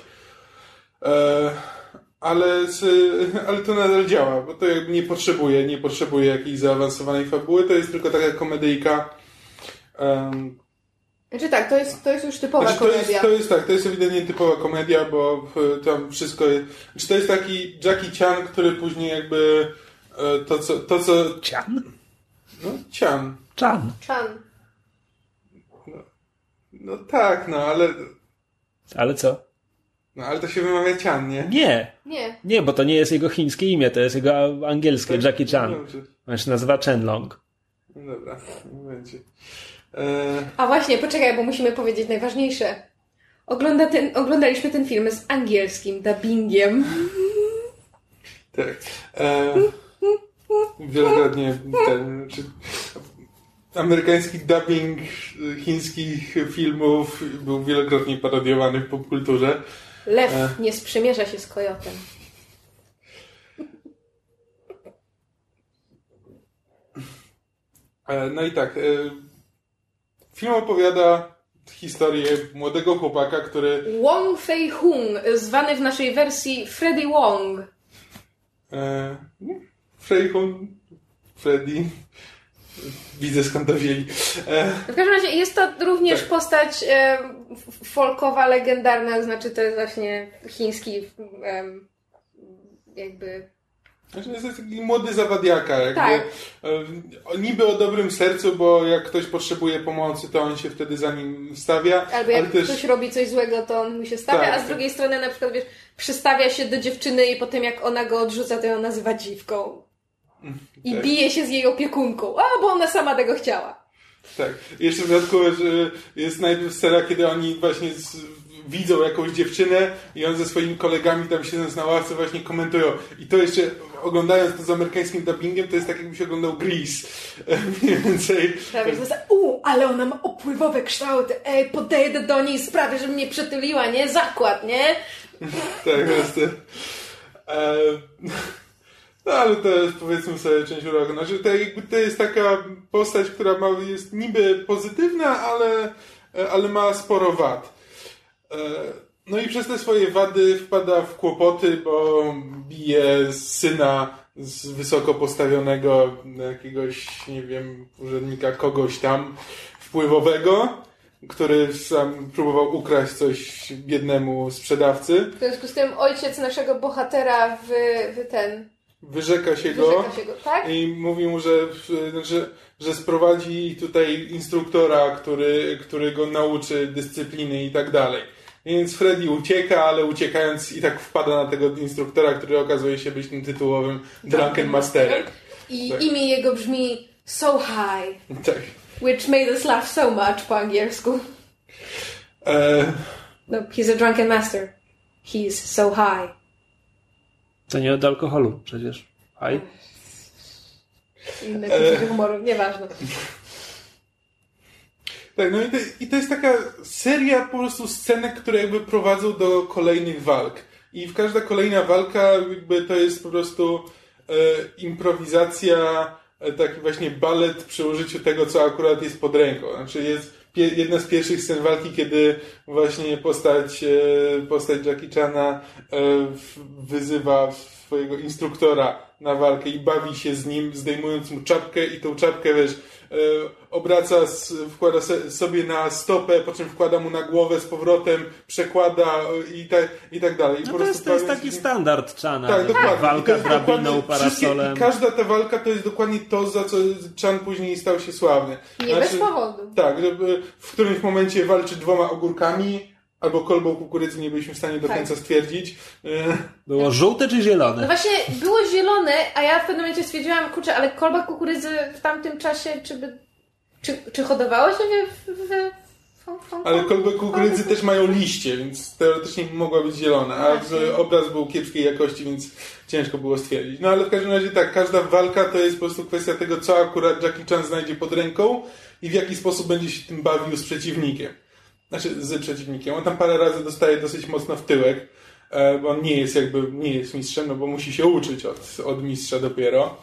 Ale to nadal działa, bo to jakby nie potrzebuje jakiejś zaawansowanej fabuły, to jest tylko taka komedyjka.
Znaczy tak, to jest już typowa komedia.
To jest ewidentnie typowa komedia, bo tam wszystko jest... Znaczy to jest taki Jackie Chan, który później jakby to co...
Chan?
No, Chan. No tak, no ale...
Ale co?
No ale to się wymawia Chan, nie?
Nie, bo to nie jest jego chińskie imię, to jest jego angielskie,
tak?
Jackie Chan.
No,
on się nazywa Chen Long.
No dobra, nie będzie.
A właśnie, poczekaj, bo musimy powiedzieć najważniejsze. Oglądaliśmy ten film z angielskim dubbingiem.
Tak. Wielokrotnie amerykański dubbing chińskich filmów był wielokrotnie parodiowany w popkulturze.
Lew nie sprzymierza się z kojotem.
No i tak. Film opowiada historię młodego chłopaka, który...
Wong Fei-hung, zwany w naszej wersji Freddy Wong.
Freddy. Widzę, skąd to wzięli.
W każdym razie jest to również tak. Postać folkowa, legendarna, znaczy to jest właśnie chiński jakby
Znaczy, jest taki młody zawadiaka, jakby
Tak.
Niby o dobrym sercu, bo jak ktoś potrzebuje pomocy, to on się wtedy za nim stawia.
Albo jak
też...
ktoś robi coś złego, to on mu się stawia,
Tak,
a z drugiej strony na przykład, wiesz, przystawia się do dziewczyny i potem jak ona go odrzuca, to ją nazywa dziwką. I
tak.
bije się z jej opiekunką. Bo ona sama tego chciała.
Tak. Jeszcze w dodatku że jest najpierw scena, kiedy oni właśnie widzą jakąś dziewczynę i on ze swoimi kolegami tam siedząc na ławce właśnie komentują. I to jeszcze oglądając to z amerykańskim dubbingiem, to jest tak jakbyś oglądał Grease. Mniej więcej.
Prawie, że to jest, ale ona ma opływowe kształty. Podejdę do niej i sprawię, żeby mnie przytuliła, nie? Zakład, nie?
Tak, jest. No ale to jest, powiedzmy sobie, część uroku. Znaczy, to jest taka postać, która jest niby pozytywna, ale ma sporo wad. No i przez te swoje wady wpada w kłopoty, bo bije syna z wysoko postawionego jakiegoś, nie wiem, urzędnika, kogoś tam wpływowego, który sam próbował ukraść coś biednemu sprzedawcy.
W związku z tym ojciec naszego bohatera
Wyrzeka się go,
tak?
I mówi mu, że sprowadzi tutaj instruktora, który go nauczy dyscypliny i tak dalej. Więc Freddy ucieka, ale uciekając i tak wpada na tego instruktora, który okazuje się być tym tytułowym Drunken Masterem.
I
tak.
imię jego brzmi So High.
Tak.
Which made us laugh so much po angielsku. No, he's a drunken master. He's so high.
To nie od alkoholu przecież. Haj.
Inne typy humoru, nieważne.
Tak, no i to jest taka seria po prostu scenek, które jakby prowadzą do kolejnych walk. I każda kolejna walka jakby to jest po prostu improwizacja, taki właśnie balet przy użyciu tego, co akurat jest pod ręką. Znaczy jest jedna z pierwszych scen walki, kiedy właśnie postać Jackie Chana wyzywa swojego instruktora na walkę i bawi się z nim, zdejmując mu czapkę i tą czapkę, wiesz, obraca, wkłada sobie na stopę, po czym wkłada mu na głowę z powrotem, przekłada i tak dalej.
No to jest taki standard Chana.
Tak, dokładnie.
Walka drabiną, parasolem.
I każda ta walka to jest dokładnie to, za co Chan później stał się sławny.
Nie bez powodu.
Tak, w którymś momencie walczy 2 ogórkami, albo kolbą kukurydzy, nie byliśmy w stanie do końca stwierdzić.
Było żółte czy zielone?
No właśnie, było zielone, a ja w pewnym momencie stwierdziłam, kurczę, ale kolba kukurydzy w tamtym czasie, czy hodowało się
Ale kolby kukurydzy też mają liście, więc teoretycznie mogła być zielona, a obraz był kiepskiej jakości, więc ciężko było stwierdzić. No ale w każdym razie tak, każda walka to jest po prostu kwestia tego, co akurat Jackie Chan znajdzie pod ręką i w jaki sposób będzie się tym bawił z przeciwnikiem. Znaczy z przeciwnikiem. On tam parę razy dostaje dosyć mocno w tyłek, bo on nie jest mistrzem, no bo musi się uczyć od mistrza dopiero.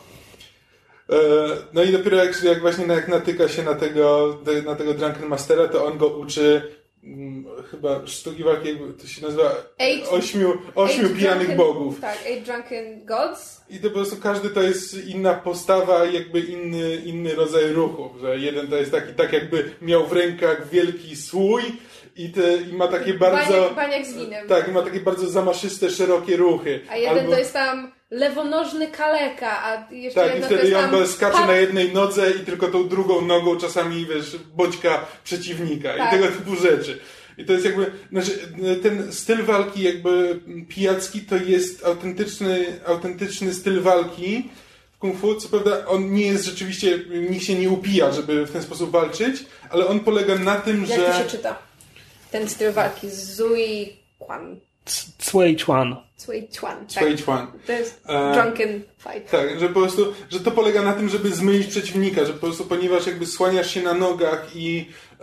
No i dopiero jak właśnie natyka się na tego Drunken Mastera, to on go uczy chyba sztuki walki, to się nazywa ośmiu pijanych bogów.
Tak, 8 Drunken Gods.
I to po prostu każdy to jest inna postawa i jakby inny rodzaj ruchu, że jeden to jest taki, tak jakby miał w rękach wielki słój i ma takie bardzo...
Baniak z winem.
Tak, i ma takie bardzo zamaszyste, szerokie ruchy.
A jeden to jest tam lewonożny kaleka, a jeszcze
tak,
jedno
i wtedy
to jest
on skacze na jednej nodze i tylko tą drugą nogą czasami, wiesz, bodźka przeciwnika i tego typu rzeczy. I to jest jakby, znaczy ten styl walki jakby pijacki to jest autentyczny styl walki w kung fu. Co prawda on nie jest rzeczywiście, nikt się nie upija, żeby w ten sposób walczyć, ale on polega na tym, że...
Jak to się czyta? Ten styl walki, Zui Quan.
Cui Chuan.
Cui Chuan.
Cui Chuan.
To jest drunken fight.
Tak, że po prostu, że to polega na tym, żeby zmylić przeciwnika, że po prostu ponieważ jakby słaniasz się na nogach i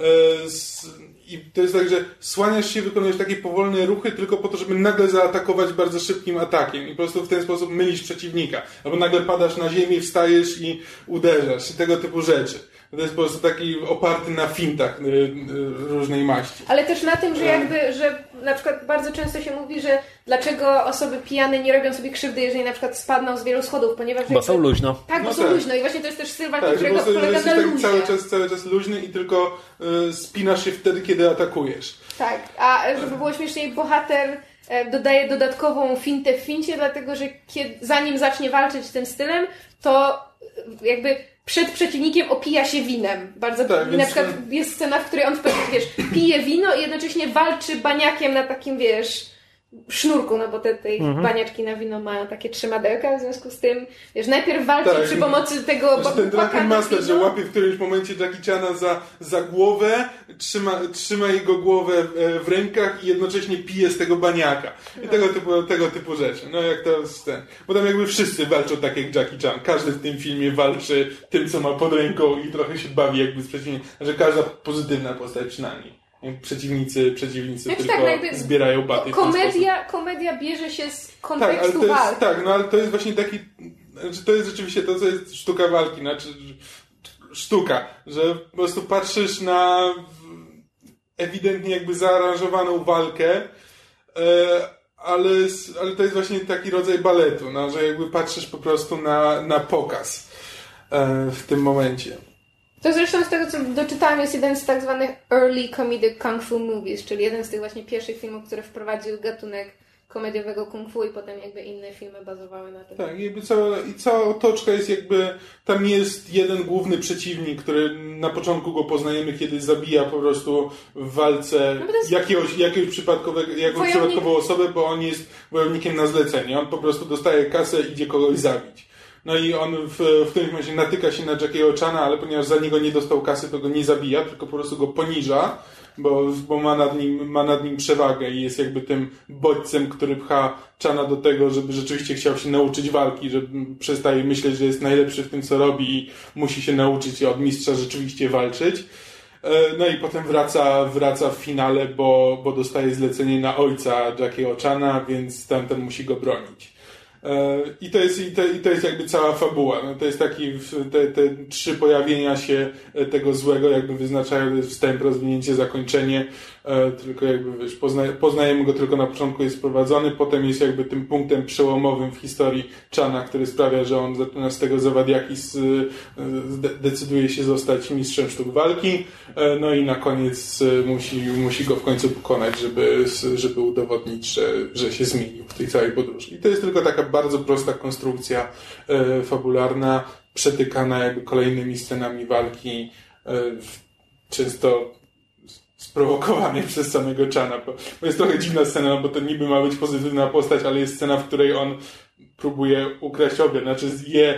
to jest tak, że słaniasz się, wykonujesz takie powolne ruchy tylko po to, żeby nagle zaatakować bardzo szybkim atakiem i po prostu w ten sposób mylisz przeciwnika. Albo nagle padasz na ziemię, wstajesz i uderzasz i tego typu rzeczy. To jest po prostu taki oparty na fintach różnej maści.
Ale też na tym, że na przykład bardzo często się mówi, że dlaczego osoby pijane nie robią sobie krzywdy, jeżeli na przykład spadną z wielu schodów, ponieważ...
Bo są luźno.
Tak, bo są luźno i właśnie to jest też styl walki, którego
polega
na luzie.
Cały czas luźny i tylko spinasz się wtedy, kiedy atakujesz.
Tak, a żeby było śmieszniej, bohater dodaje dodatkową fintę w fincie, dlatego że zanim zacznie walczyć tym stylem, to jakby przed przeciwnikiem opija się winem. Bardzo
tak,
na przykład jest scena, w której on pije wino i jednocześnie walczy baniakiem na takim, sznurku, no bo te baniaczki na wino mają takie trzymadełka, w związku z tym, najpierw walczy przy pomocy tego
ten Drunken Master, że łapie w którymś momencie Jackie Chana za głowę, trzyma jego głowę w rękach i jednocześnie pije z tego baniaka. I tego typu rzeczy. No jak to jest ten. Bo tam jakby wszyscy walczą tak jak Jackie Chan. Każdy w tym filmie walczy tym, co ma pod ręką i trochę się bawi jakby z przeciwnikiem. Że każda pozytywna postać przynajmniej. Przeciwnicy tylko zbierają baty.
Komedia bierze się z kontekstu walki.
Ale to jest właśnie taki... to jest rzeczywiście to, co jest sztuka walki. Znaczy, sztuka, że po prostu patrzysz na ewidentnie jakby zaaranżowaną walkę, ale to jest właśnie taki rodzaj baletu, no, że jakby patrzysz po prostu na pokaz w tym momencie.
To zresztą z tego, co doczytałam, jest jeden z tak zwanych early comedic kung fu movies, czyli jeden z tych właśnie pierwszych filmów, który wprowadził gatunek komediowego kung fu i potem jakby inne filmy bazowały na tym.
Tak, jakby cała otoczka jest jakby, tam jest jeden główny przeciwnik, który na początku go poznajemy, kiedy zabija po prostu w walce jakiegoś przypadkową osobę, bo on jest wojownikiem na zlecenie. On po prostu dostaje kasę i idzie kogoś zabić. No i on w którymś momencie natyka się na Jackiego Chana, ale ponieważ za niego nie dostał kasy, to go nie zabija, tylko po prostu go poniża, bo ma nad nim przewagę i jest jakby tym bodźcem, który pcha Chana do tego, żeby rzeczywiście chciał się nauczyć walki, że przestaje myśleć, że jest najlepszy w tym, co robi i musi się nauczyć od mistrza rzeczywiście walczyć. No i potem wraca w finale, bo dostaje zlecenie na ojca Jackiego Chana, więc tamten musi go bronić. I to jest jakby cała fabuła. No to jest taki, te 3 pojawienia się tego złego jakby wyznaczają, to jest wstęp, rozwinięcie, zakończenie, tylko jakby wiesz, poznajemy go tylko na początku, jest prowadzony, potem jest jakby tym punktem przełomowym w historii Chana, który sprawia, że on zaczyna z tego zawadiaki decyduje się zostać mistrzem sztuk walki, no i na koniec musi go w końcu pokonać, żeby udowodnić, że się zmienił w tej całej podróży. I to jest tylko taka bardzo prosta konstrukcja fabularna, przetykana jakby kolejnymi scenami walki, często sprowokowanej przez samego Chana. Bo jest trochę dziwna scena, bo to niby ma być pozytywna postać, ale jest scena, w której on próbuje ukraść obiad, znaczy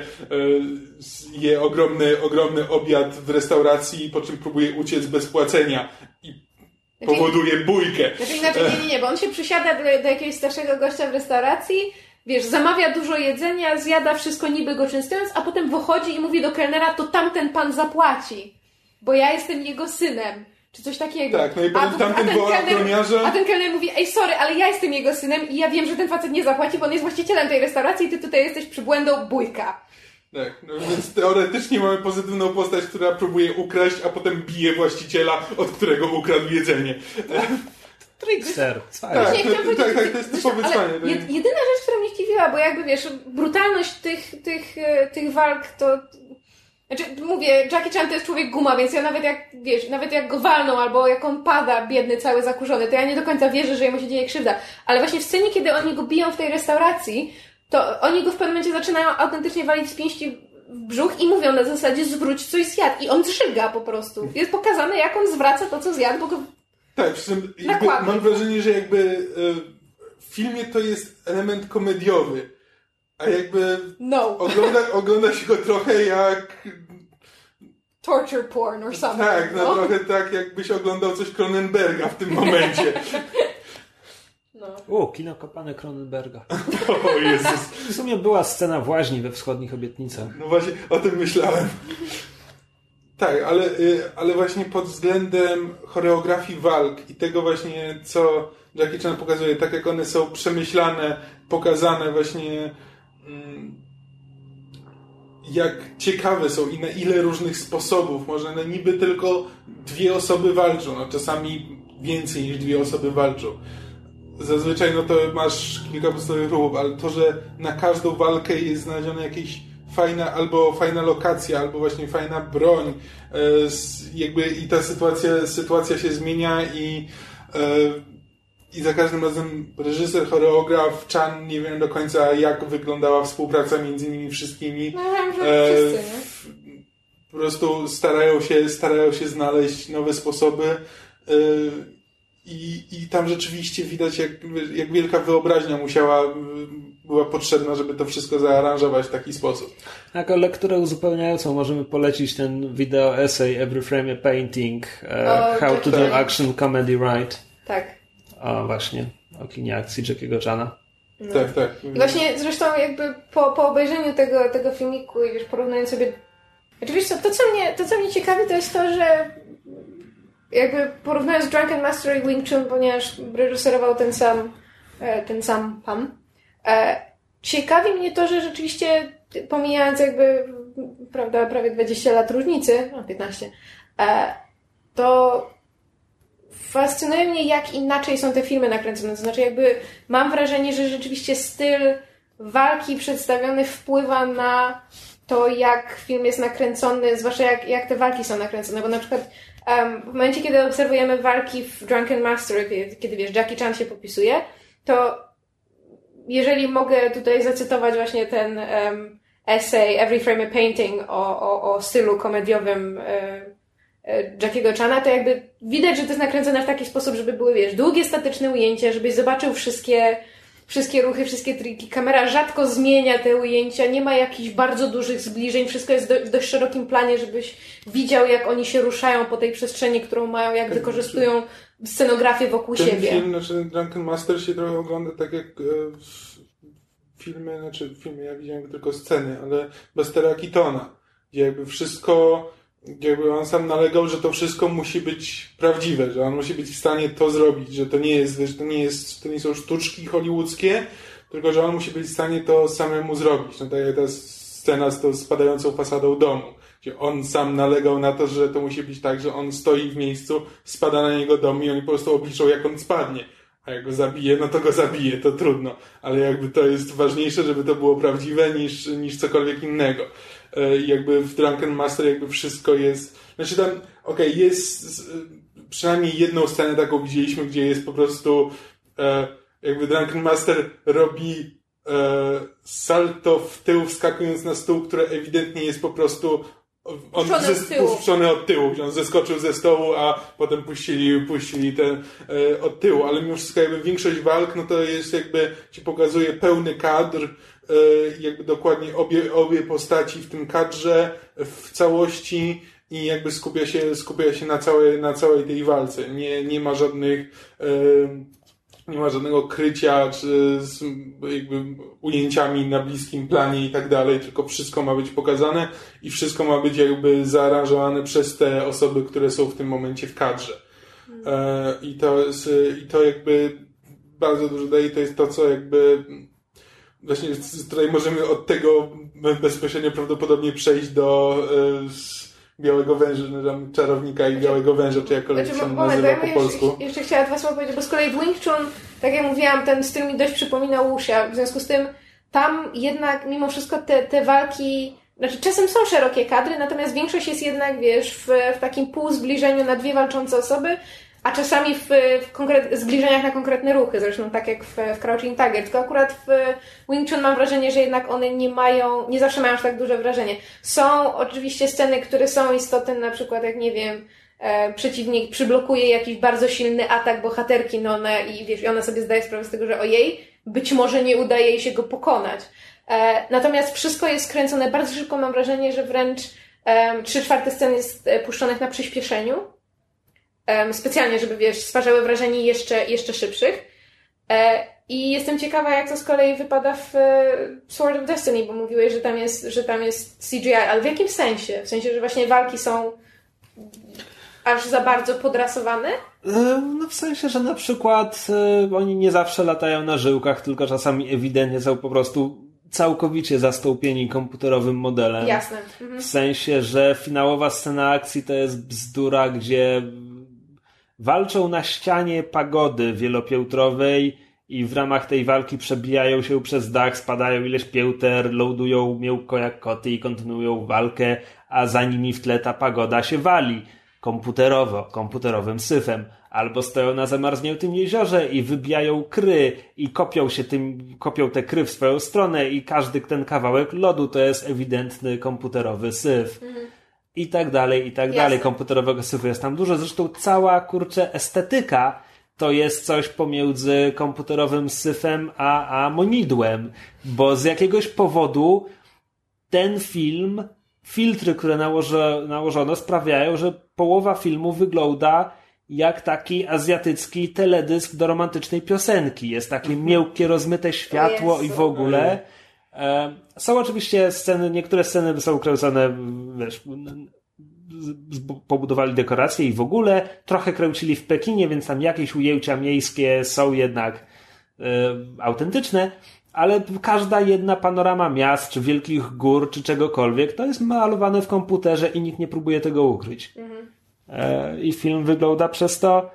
je ogromny obiad w restauracji, po czym próbuje uciec bez płacenia i powoduje bójkę.
Znaczy nie, bo on się przysiada do jakiegoś starszego gościa w restauracji, zamawia dużo jedzenia, zjada wszystko niby go częstując, a potem wychodzi i mówi do kelnera, to tamten pan zapłaci, bo ja jestem jego synem. Czy coś takiego.
Tak, no i tamten woła ochroniarza.
A ten kelner mówi, ej sorry, ale ja jestem jego synem i ja wiem, że ten facet nie zapłaci, bo on jest właścicielem tej restauracji i ty tutaj jesteś przybłędą, bójka.
Tak, no więc teoretycznie mamy pozytywną postać, która próbuje ukraść, a potem bije właściciela, od którego ukradł jedzenie.
Ser.
Tak, to jest typowy cwanie.
Jedyna rzecz, która mnie zdziwiła, bo jakby brutalność tych walk to... Znaczy, mówię, Jackie Chan to jest człowiek guma, więc ja nawet jak go walną, albo jak on pada, biedny, cały zakurzony, to ja nie do końca wierzę, że jemu się dzieje krzywda. Ale właśnie w scenie, kiedy oni go biją w tej restauracji, to oni go w pewnym momencie zaczynają autentycznie walić z pięści w brzuch i mówią na zasadzie zwróć coś zjadł. I on zżyga po prostu. Jest pokazane, jak on zwraca to, co zjadł, bo go
tak, mam wrażenie, że jakby w filmie to jest element komediowy. A jakby ogląda się go trochę jak...
torture porn or something.
Tak, no trochę tak, jakbyś oglądał coś Cronenberga w tym momencie.
Kino kopane Cronenberga.
O Jezus.
W sumie była scena w łaźni we Wschodnich Obietnicach.
No właśnie, o tym myślałem. Tak, ale właśnie pod względem choreografii walk i tego właśnie, co Jackie Chan pokazuje, tak jak one są przemyślane, pokazane właśnie... jak ciekawe są i na ile różnych sposobów może niby tylko 2 osoby walczą, no czasami więcej niż 2 osoby walczą. Zazwyczaj to masz kilka podstawowych ruchów, ale to, że na każdą walkę jest znaleziona jakaś fajna lokacja, albo właśnie fajna broń, jakby i ta sytuacja się zmienia i i za każdym razem reżyser, choreograf, Chan, nie wiem do końca jak wyglądała współpraca między nimi wszystkimi.
No wiem, że wszyscy, nie?
Po prostu starają się znaleźć nowe sposoby i tam rzeczywiście widać jak wielka wyobraźnia była potrzebna, żeby to wszystko zaaranżować w taki sposób.
Jako lekturę uzupełniającą możemy polecić ten wideo essay Every Frame a Painting, How to do Action Comedy Right.
Tak.
O, właśnie, o kinie akcji Jackiego Chana.
No.
Tak.
Właśnie zresztą jakby po obejrzeniu tego filmiku i porównując sobie... Oczywiście to co mnie ciekawi, to jest to, że jakby porównując Drunken Master i Wing Chun, ponieważ reżyserował ten sam pan, ciekawi mnie to, że rzeczywiście pomijając jakby, prawda, prawie 20 lat różnicy, 15, to fascynuje mnie, jak inaczej są te filmy nakręcone. To znaczy jakby mam wrażenie, że rzeczywiście styl walki przedstawiony wpływa na to, jak film jest nakręcony, zwłaszcza jak te walki są nakręcone, bo na przykład w momencie, kiedy obserwujemy walki w Drunken Master, kiedy wiesz, Jackie Chan się popisuje, to jeżeli mogę tutaj zacytować właśnie ten essay Every Frame a Painting o stylu komediowym Jackiego Chana, to jakby widać, że to jest nakręcone w taki sposób, żeby były, wiesz, długie, statyczne ujęcia, żebyś zobaczył wszystkie ruchy, wszystkie triki. Kamera rzadko zmienia te ujęcia, nie ma jakichś bardzo dużych zbliżeń, wszystko jest w dość szerokim planie, żebyś widział, jak oni się ruszają po tej przestrzeni, którą mają, jak wykorzystują scenografię wokół siebie.
Ten film, Drunken Master się trochę ogląda tak jak filmy, ja widziałem tylko sceny, ale Bustera Keatona, gdzie jakby wszystko, jakby on sam nalegał, że to wszystko musi być prawdziwe, że on musi być w stanie to zrobić, że to nie są sztuczki hollywoodzkie, tylko że on musi być w stanie to samemu zrobić. No tak jak ta scena z tą spadającą fasadą domu, gdzie on sam nalegał na to, że to musi być tak, że on stoi w miejscu, spada na niego dom i oni po prostu obliczą, jak on spadnie. A jak go zabije, no to go zabije, to trudno. Ale jakby to jest ważniejsze, żeby to było prawdziwe niż cokolwiek innego. Jakby w Drunken Master jakby wszystko jest... Znaczy tam, jest przynajmniej jedną scenę taką widzieliśmy, gdzie jest po prostu jakby Drunken Master robi salto w tył, wskakując na stół, które ewidentnie jest po prostu puszczony od tyłu. On zeskoczył ze stołu, a potem puścili ten od tyłu. Ale mimo wszystko jakby większość walk, no to jest jakby ci pokazuje pełny kadr, jakby dokładnie obie postaci w tym kadrze w całości i jakby skupia się na całej tej walce. Nie ma żadnego krycia, czy z jakby ujęciami na bliskim planie i tak dalej, tylko wszystko ma być pokazane i wszystko ma być jakby zaaranżowane przez te osoby, które są w tym momencie w kadrze. I to jakby bardzo dużo daje, to jest to, co jakby właśnie tutaj możemy od tego bezpośrednio prawdopodobnie przejść do Białego Węża, Czarownika i Białego Węża, czy jakkolwiek się nazywa po polsku.
Jeszcze chciałam dwa słowa powiedzieć, bo z kolei w Wing Chun, tak jak mówiłam, ten styl mi dość przypominał Wuxia, w związku z tym tam jednak mimo wszystko te walki, znaczy czasem są szerokie kadry, natomiast większość jest jednak, wiesz, w takim półzbliżeniu na dwie walczące osoby, a czasami w zbliżeniach na konkretne ruchy, zresztą tak jak w Crouching Tiger, tylko akurat w Wing Chun mam wrażenie, że jednak one nie zawsze mają aż tak duże wrażenie. Są oczywiście sceny, które są istotne, na przykład jak, nie wiem, przeciwnik przyblokuje jakiś bardzo silny atak bohaterki, no i wiesz, i ona sobie zdaje sprawę z tego, że być może nie udaje jej się go pokonać. Natomiast wszystko jest kręcone bardzo szybko, mam wrażenie, że wręcz 3/4 scen jest puszczonych na przyspieszeniu. Specjalnie, żeby, wiesz, stwarzały wrażenie jeszcze szybszych. I jestem ciekawa, jak to z kolei wypada w Sword of Destiny, bo mówiłeś, że tam jest CGI, ale w jakim sensie? W sensie, że właśnie walki są aż za bardzo podrasowane?
No w sensie, że na przykład oni nie zawsze latają na żyłkach, tylko czasami ewidentnie są po prostu całkowicie zastąpieni komputerowym modelem.
Jasne.
W sensie, że finałowa scena akcji to jest bzdura, gdzie walczą na ścianie pagody wielopiętrowej i w ramach tej walki przebijają się przez dach, spadają ileś pięter, loadują miękko jak koty i kontynuują walkę, a za nimi w tle ta pagoda się wali. komputerowym syfem, albo stoją na zamarzniętym jeziorze i wybijają kry i kopią te kry w swoją stronę i każdy ten kawałek lodu to jest ewidentny komputerowy syf. I tak dalej, i tak dalej. Komputerowego syfu jest tam dużo. Zresztą cała, estetyka to jest coś pomiędzy komputerowym syfem a monidłem, bo z jakiegoś powodu ten film, filtry, które nałożono sprawiają, że połowa filmu wygląda jak taki azjatycki teledysk do romantycznej piosenki. Jest takie miękkie, rozmyte światło i w ogóle. Są oczywiście sceny, niektóre sceny są kręcone, pobudowali dekoracje i w ogóle trochę kręcili w Pekinie, więc tam jakieś ujęcia miejskie są jednak autentyczne, ale każda jedna panorama miast, czy wielkich gór, czy czegokolwiek, to jest malowane w komputerze i nikt nie próbuje tego ukryć. I film wygląda przez to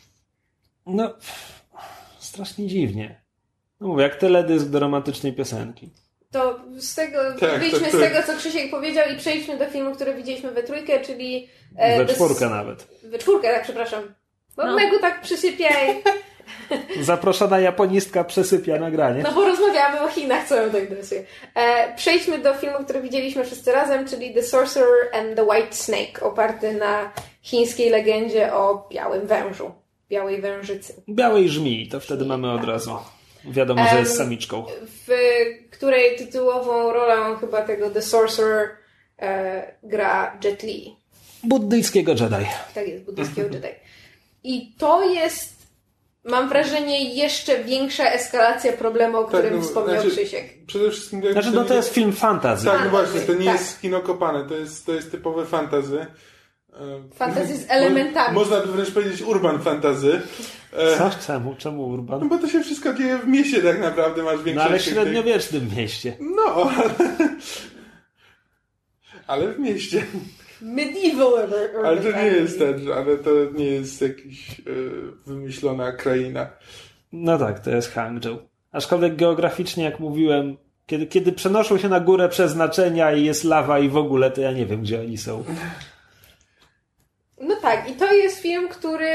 strasznie dziwnie. No mówię, jak teledysk do romantycznej piosenki.
To wyjdźmy z tego, co Krzysiek powiedział i przejdźmy do filmu, który widzieliśmy we trójkę, czyli...
we czwórkę nawet.
We czwórkę, tak, przepraszam. Bo Megu tak przysypiaj.
Zaproszona japonistka przesypia nagranie.
No bo rozmawiamy o Chinach, co ją to interesuje. Przejdźmy do filmu, który widzieliśmy wszyscy razem, czyli The Sorcerer and the White Snake, oparty na chińskiej legendzie o białym wężu, białej wężycy.
Białej żmii, to wtedy mamy od razu. Wiadomo, że jest samiczką.
W której tytułową rolę chyba tego The Sorcerer gra Jet Li.
Buddyjskiego Jedi.
Tak jest, buddyjskiego Jedi. I to jest, mam wrażenie, jeszcze większa eskalacja problemu, o którym wspomniał Krzysiek.
Przede wszystkim...
to jest film fantasy.
Tak, no właśnie, to nie jest kino kopane, to jest typowe fantasy.
Fantasy z elementami.
Można by wręcz powiedzieć urban fantasy.
Czemu urban?
No bo to się wszystko dzieje w mieście tak naprawdę, masz większość...
No ale w średniowiecznym mieście.
No, ale w mieście.
Medieval urban.
Ale to nie jest ale to nie jest jakaś wymyślona kraina.
No tak, to jest Hangzhou. Aczkolwiek geograficznie, jak mówiłem, kiedy przenoszą się na górę przeznaczenia i jest lawa i w ogóle, to ja nie wiem, gdzie oni są.
No tak, i to jest film, który...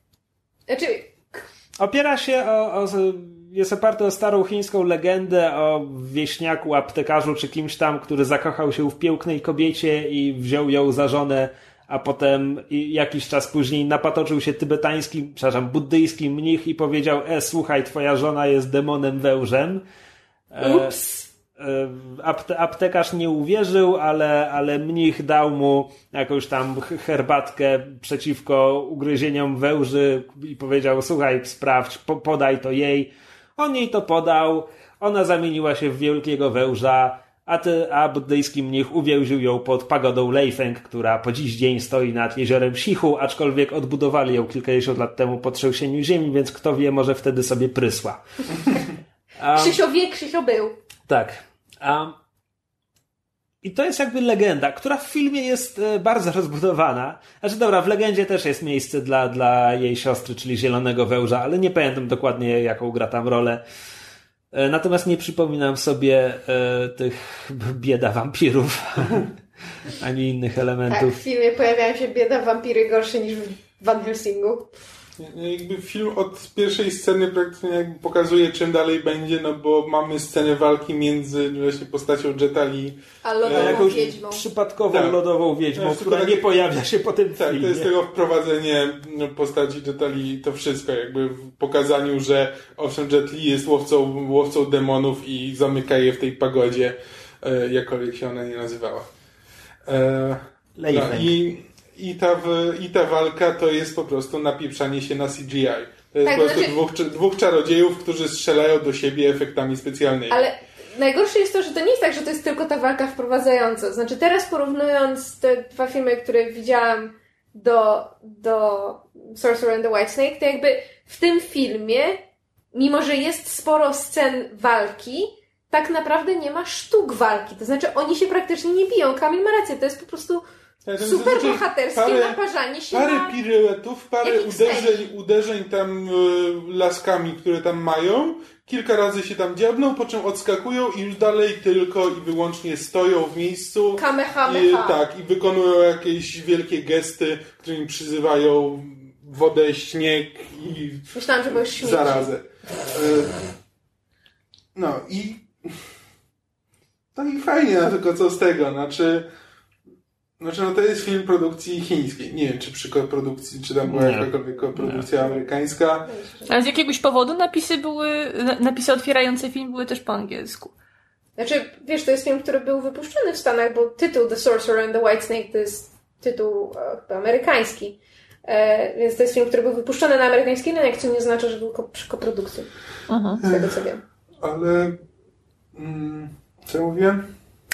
Opiera się jest oparty o starą chińską legendę o wieśniaku, aptekarzu czy kimś tam, który zakochał się w pięknej kobiecie i wziął ją za żonę, a potem jakiś czas później napatoczył się buddyjski mnich i powiedział: słuchaj, twoja żona jest demonem wężem.
Ups.
Aptekarz nie uwierzył, ale mnich dał mu jakąś tam herbatkę przeciwko ugryzieniom węży i powiedział: słuchaj, sprawdź, podaj to jej. On jej to podał, ona zamieniła się w wielkiego węża, a buddyjski mnich uwięził ją pod pagodą Leifeng, która po dziś dzień stoi nad jeziorem Sichu, aczkolwiek odbudowali ją kilkadziesiąt lat temu po trzęsieniu ziemi, więc kto wie, może wtedy sobie prysła.
Krzysio był.
Tak. I to jest jakby legenda, która w filmie jest bardzo rozbudowana. Znaczy dobra, w legendzie też jest miejsce dla jej siostry, czyli Zielonego Węża, ale nie pamiętam dokładnie, jaką gra tam rolę. Natomiast nie przypominam sobie tych bieda wampirów ani innych elementów.
Tak, w filmie pojawiają się bieda wampiry gorsze niż w Van Helsingu.
Jakby film od pierwszej sceny praktycznie jakby pokazuje, czym dalej będzie, no bo mamy scenę walki między właśnie postacią Jeta Li
a lodową wiedźmą.
Przypadkową lodową wiedźmą, która nie pojawia się po tym filmie.
Tak, to jest tego wprowadzenie postaci Jeta Li, to wszystko jakby w pokazaniu, że owszem, Jet Li jest łowcą demonów i zamyka je w tej pagodzie, jakkolwiek się ona nie nazywała. I ta walka to jest po prostu napieprzanie się na CGI. To jest po prostu dwóch czarodziejów, którzy strzelają do siebie efektami specjalnymi.
Ale najgorsze jest to, że to nie jest tak, że to jest tylko ta walka wprowadzająca. Znaczy teraz porównując te dwa filmy, które widziałam do Sorcerer and the White Snake, to jakby w tym filmie, mimo że jest sporo scen walki, tak naprawdę nie ma sztuk walki. To znaczy oni się praktycznie nie biją. Kamil ma rację, to jest po prostu super bohaterskie naparzanie się
parę
na...
piruetów, parę uderzeń tam laskami, które tam mają. Kilka razy się tam dziabną, po czym odskakują i już dalej tylko i wyłącznie stoją w miejscu.
Kamehameha.
I wykonują jakieś wielkie gesty, którymi przyzywają wodę, śnieg i
myślałam, że byłeś śmieci.
zarazę. No i fajnie, no tylko co z tego? Znaczy, to jest film produkcji chińskiej. Nie wiem, czy przy produkcji, czy tam była jakakolwiek produkcja amerykańska.
Ale z jakiegoś powodu napisy otwierające film były też po angielsku.
Znaczy, wiesz, to jest film, który był wypuszczony w Stanach, bo tytuł The Sorcerer and the White Snake to jest tytuł chyba amerykański. Więc to jest film, który był wypuszczony na amerykański rynek, co nie znaczy, że był przy koprodukcji. Z tego co wiem.
Ale... co mówiłem?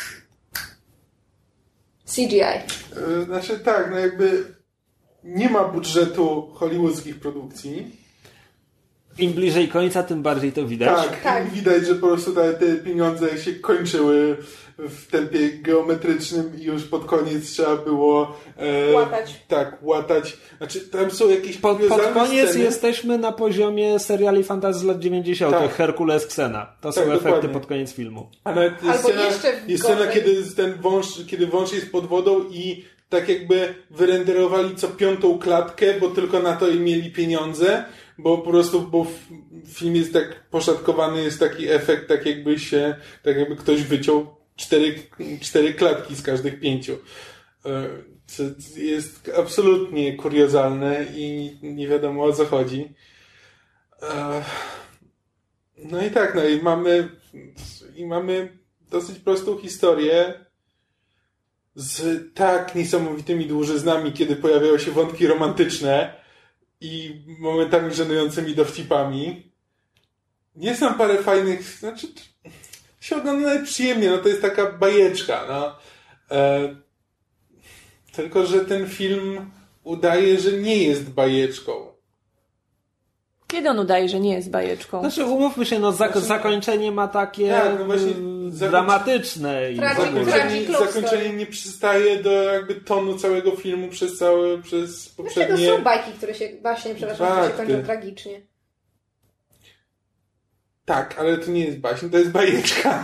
CGI.
Znaczy tak, no jakby nie ma budżetu hollywoodzkich produkcji.
Im bliżej końca, tym bardziej to widać.
Tak. Widać, że po prostu te pieniądze się kończyły w tempie geometrycznym i już pod koniec trzeba było
łatać.
Tak, łatać. Znaczy tam są jakieś
pod koniec sceny. Jesteśmy na poziomie seriali fantasy z lat 90. Tak. Herkules, Xena. To są efekty dokładnie. Pod koniec filmu.
Ale jest scena, kiedy wąż jest pod wodą i tak jakby wyrenderowali co 5. klatkę, bo tylko na to im mieli pieniądze. Bo film jest tak poszatkowany, jest taki efekt, tak jakby ktoś wyciął 4 klatki z każdych 5. Co jest absolutnie kuriozalne i nie wiadomo o co chodzi. No i tak, i mamy dosyć prostą historię z tak niesamowitymi dłużyznami, kiedy pojawiają się wątki romantyczne i momentami żenującymi dowcipami. Jest tam parę fajnych... Znaczy, się ogląda nawet przyjemnie, to jest taka bajeczka, Tylko, że ten film udaje, że nie jest bajeczką.
Kiedy on udaje, że nie jest bajeczką?
Znaczy, umówmy się, zakończenie ma takie dramatyczne.
Zakończenie nie przystaje do jakby tonu całego filmu przez poprzednie...
Dlaczego są bajki, które się które się kończą tragicznie?
Tak, ale to nie jest baśń, to jest bajeczka.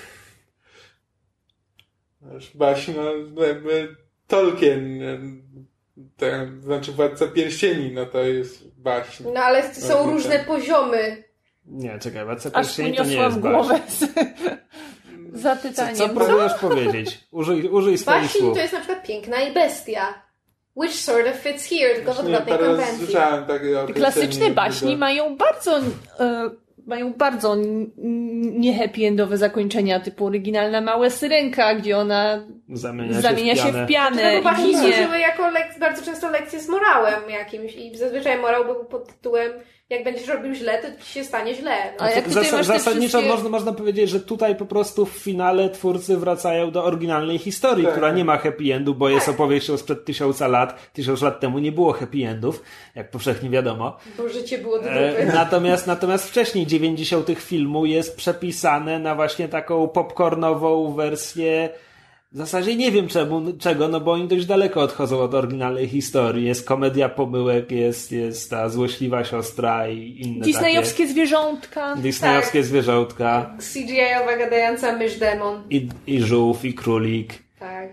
Baśń, jakby Tolkien, znaczy Władca Pierścieni, to jest baśń.
No ale są różne poziomy.
Nie, czekaj, Władca Pierścieni to nie jest
głowę za pytaniem.
Co próbujesz powiedzieć? Użyj swoich słów.
Baśń to jest na przykład Piękna i Bestia. Which sort of fits here, tylko w odwrotnej konwencji.
Klasyczne baśni mają bardzo nie-happy endowe zakończenia, typu oryginalna Mała Syrenka, gdzie ona zamienia się w pianę.
Bo baśni służyły jako bardzo często lekcje z morałem jakimś i zazwyczaj morał był pod tytułem jak będziesz robił źle, to ci się stanie źle.
A jak
zasadniczo można powiedzieć, że tutaj po prostu w finale twórcy wracają do oryginalnej historii, która nie ma happy endu, bo jest opowieścią sprzed 1000 lat. 1000 lat temu nie było happy endów, jak powszechnie wiadomo.
Bo życie było do dupy.
Natomiast wcześniej 90. filmu jest przepisane na właśnie taką popcornową wersję. W zasadzie nie wiem czego, bo oni dość daleko odchodzą od oryginalnej historii. Jest komedia pomyłek, jest ta złośliwa siostra i inne
Disneyowskie zwierzątka.
Disneyowskie zwierzątka.
CGI-owa gadająca mysz-demon.
I żółw, i królik.
Tak.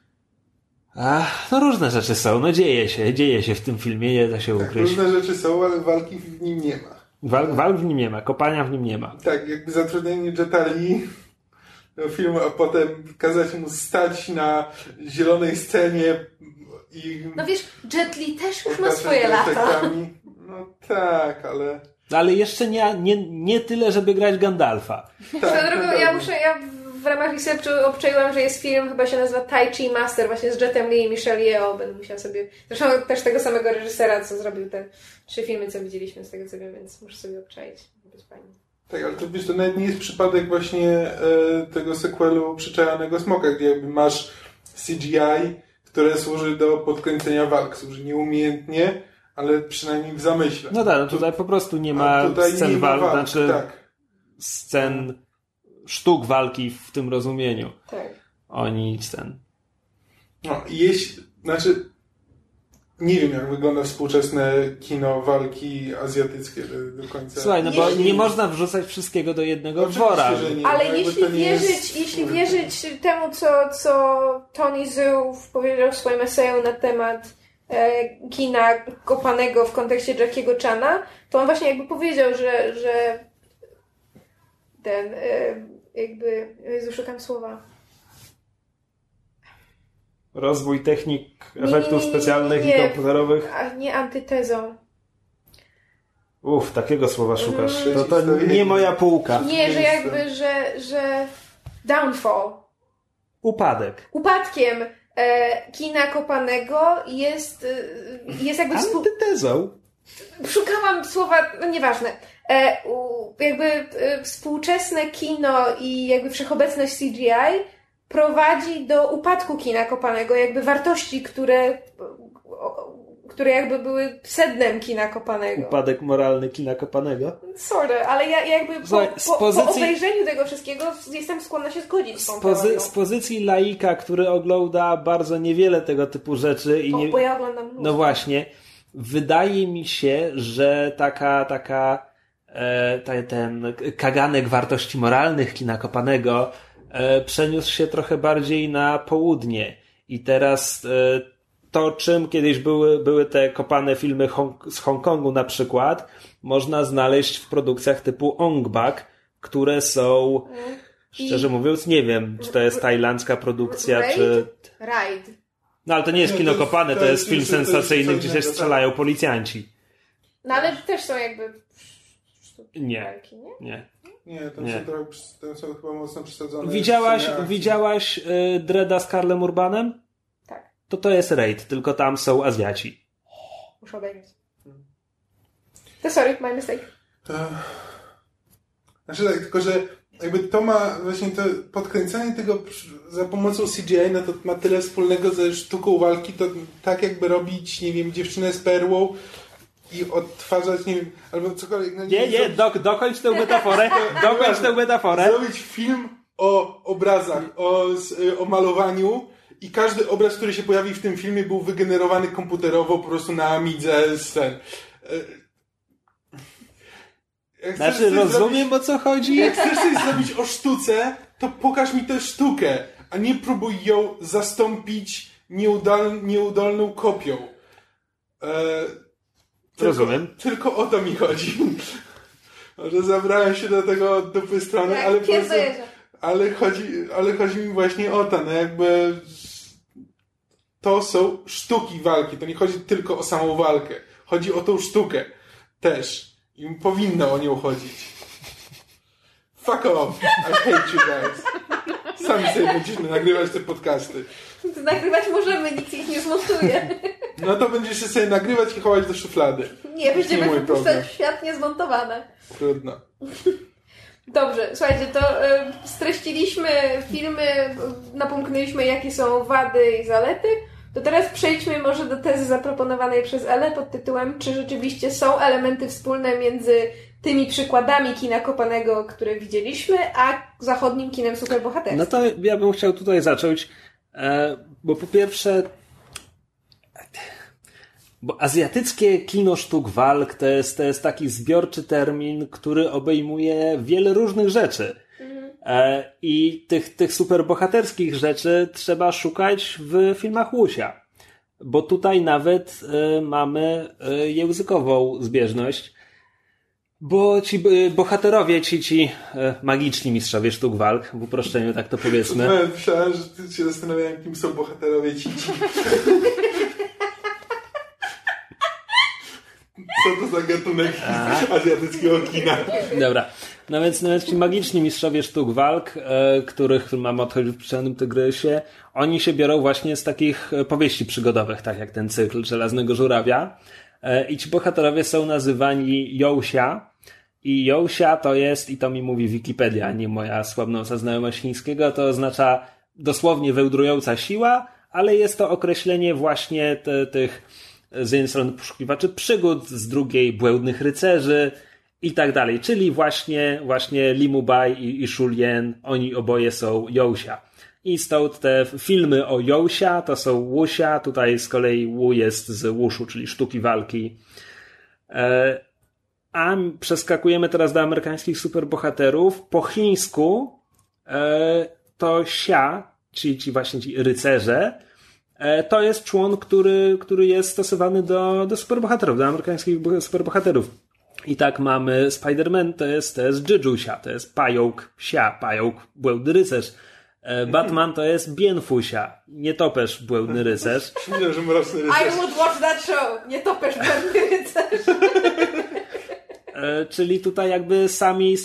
Różne rzeczy są. Dzieje się w tym filmie, nie da się ukryć.
Różne rzeczy są, ale walki w nim nie ma.
Walk w nim nie ma, kopania w nim nie ma.
Tak, jakby zatrudnienie Jeta Li do filmu, a potem kazać mu stać na zielonej scenie i...
No wiesz, Jet Li też już ma swoje lata.
No tak, ale...
Ale jeszcze nie tyle, żeby grać Gandalfa.
Tak, ja w ramach researchu obczaiłam, że jest film, chyba się nazywa Tai Chi Master, właśnie z Jetem Li i Michelle Yeoh. Będę musiała sobie... Zresztą też tego samego reżysera, co zrobił te 3 filmy, co widzieliśmy z tego co wiem, więc muszę sobie obczaić. Być fajnie.
Tak, ale to wiesz, to nawet nie jest przypadek właśnie tego sequelu Przyczajonego Smoka, gdzie jakby masz CGI, które służy do podkręcenia walk. Służy nieumiejętnie, ale przynajmniej w zamyśle.
No tak, tutaj po prostu nie ma scen walk, znaczy scen sztuk walki w tym rozumieniu.
Tak.
Oni scen.
No, nie wiem, jak wygląda współczesne kino walki azjatyckie do końca.
Słuchaj, no bo nie można wrzucać wszystkiego do jednego wora.
Ale jeśli wierzyć temu, co Tony Zhu powiedział w swoim eseju na temat kina kopanego w kontekście Jackiego Chana, to on właśnie jakby powiedział, że ten Jezu, szukam słowa.
Rozwój technik efektów specjalnych i komputerowych.
A nie antytezą.
Takiego słowa szukasz. To nie moja półka.
Nie, że jakby, że downfall. Upadkiem kina kopanego jest jakby...
Antytezą?
Szukałam słowa, no nieważne. Jakby współczesne kino i jakby wszechobecność CGI prowadzi do upadku kina kopanego, jakby wartości, które jakby były sednem kina kopanego.
Upadek moralny kina kopanego?
Sorry, ale ja jakby po obejrzeniu tego wszystkiego jestem skłonna się zgodzić z tą teorią.
Z pozycji laika, który ogląda bardzo niewiele tego typu rzeczy
bo ja oglądam mnóstwo.
No właśnie, wydaje mi się, że ten kaganek wartości moralnych kina kopanego przeniósł się trochę bardziej na południe i teraz to, czym kiedyś były te kopane filmy z Hongkongu na przykład, można znaleźć w produkcjach typu Ong Bak, które są, szczerze mówiąc, nie wiem, czy to jest tajlandzka produkcja, czy...
Raid.
No ale to nie jest kino kopane, to jest film sensacyjny, gdzie się strzelają policjanci.
No ale też są jakby...
Nie.
Nie, tam są chyba mocno przesadzone.
Widziałaś Dreada z Karlem Urbanem?
Tak.
To jest Raid, tylko tam są Azjaci.
Muszę obejrzeć. To sorry, my mistake.
Znaczy tak, tylko że jakby to ma właśnie to podkręcanie tego za pomocą CGI, no to ma tyle wspólnego ze sztuką walki, to tak jakby robić, nie wiem, dziewczynę z perłą i odtwarzać, nie wiem, albo cokolwiek. No
dokończ tę metaforę. Dokończ tę metaforę.
Zrobić film o obrazach, o malowaniu i każdy obraz, który się pojawi w tym filmie, był wygenerowany komputerowo po prostu na Amidze z ten.
Znaczy, rozumiem, o co chodzi?
Jak chcesz coś zrobić o sztuce, to pokaż mi tę sztukę, a nie próbuj ją zastąpić nieudolną kopią.
Rozumiem.
Tylko o to mi chodzi. Może zabrałem się do tego dupy strony, ale chodzi mi właśnie o to, no jakby to są sztuki walki, to nie chodzi tylko o samą walkę. Chodzi o tą sztukę też. I powinno o nią chodzić. Fuck off. I hate you guys. Sami sobie będziemy nagrywać te podcasty.
Nagrywać możemy, nikt ich nie zmontuje.
No to będziesz się sobie nagrywać i chować do szuflady.
Nie, będziemy wypuszczać w świat niezmontowane.
Trudno.
Dobrze, słuchajcie, to streściliśmy filmy, napomknęliśmy jakie są wady i zalety. To teraz przejdźmy może do tezy zaproponowanej przez Elę pod tytułem, czy rzeczywiście są elementy wspólne między tymi przykładami kina kopanego, które widzieliśmy, a zachodnim kinem superbohaterskim.
No to ja bym chciał tutaj zacząć, bo po pierwsze, bo azjatyckie kino sztuk walk to jest taki zbiorczy termin, który obejmuje wiele różnych rzeczy. I tych superbohaterskich rzeczy trzeba szukać w filmach Łusia. Bo tutaj nawet mamy językową zbieżność. Bo ci bohaterowie, ci magiczni mistrzowie sztuk walk, w uproszczeniu tak to powiedzmy.
Myślałem, że ty się zastanawiałem, kim są bohaterowie ci. Co to za gatunek azjatyckiego kina?
Dobra. No więc ci magiczni mistrzowie sztuk walk, których mamy odchodzić w Pszczelnym Tygrysie, oni się biorą właśnie z takich powieści przygodowych, tak jak ten cykl Żelaznego Żurawia. I ci bohaterowie są nazywani Youxia. I Youxia to jest, i to mi mówi Wikipedia, nie moja słabnąca znajomość chińskiego, to oznacza dosłownie wełdrująca siła, ale jest to określenie właśnie tych z jednej strony poszukiwaczy przygód, z drugiej błędnych rycerzy i tak dalej. Czyli właśnie Li Mubai i Shu Lien, oni oboje są Youxia. I stąd te filmy o Youxia to są wuxia, tutaj z kolei wu jest z wushu, czyli sztuki walki. A przeskakujemy teraz do amerykańskich superbohaterów. Po chińsku to xia, ci właśnie ci rycerze, to jest człon, który jest stosowany do superbohaterów, do amerykańskich superbohaterów. I tak mamy Spider-Man, to jest Zhizhuxia, to jest pająk psia, pająk błędny rycerz. Batman to jest Bienfusia, nietoperz błędny rycerz.
I would watch that show, nietoperz błędny rycerz.
Czyli tutaj jakby sami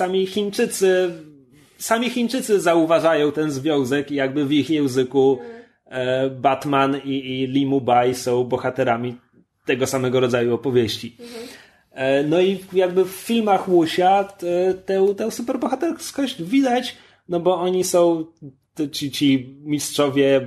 Chińczycy zauważają ten związek i jakby w ich języku Batman i Li Mubai są bohaterami tego samego rodzaju opowieści. No i jakby w filmach wuxia tę superbohaterskość widać, no bo oni są ci mistrzowie,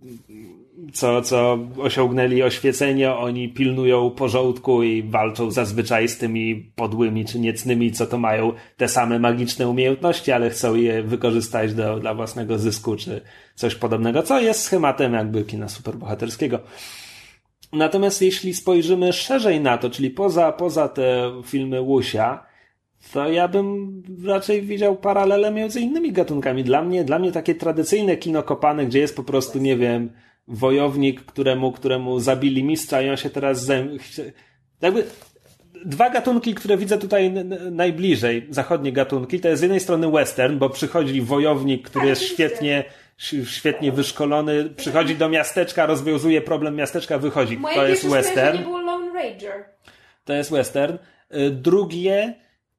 co osiągnęli oświecenie, oni pilnują porządku i walczą zazwyczaj z tymi podłymi czy niecnymi, co to mają te same magiczne umiejętności, ale chcą je wykorzystać dla własnego zysku czy coś podobnego, co jest schematem jakby kina superbohaterskiego. Natomiast jeśli spojrzymy szerzej na to, czyli poza te filmy wuxia, to ja bym raczej widział paralele między innymi gatunkami. Dla mnie takie tradycyjne kino kopane, gdzie jest po prostu, nie wiem, wojownik, któremu zabili mistrza i on się teraz jakby dwa gatunki, które widzę tutaj najbliżej, zachodnie gatunki, to jest z jednej strony western, bo przychodzi wojownik, który jest świetnie wyszkolony, przychodzi do miasteczka, rozwiązuje problem miasteczka, wychodzi. To jest western.
Nie było Lone Ranger.
To jest western. Drugie,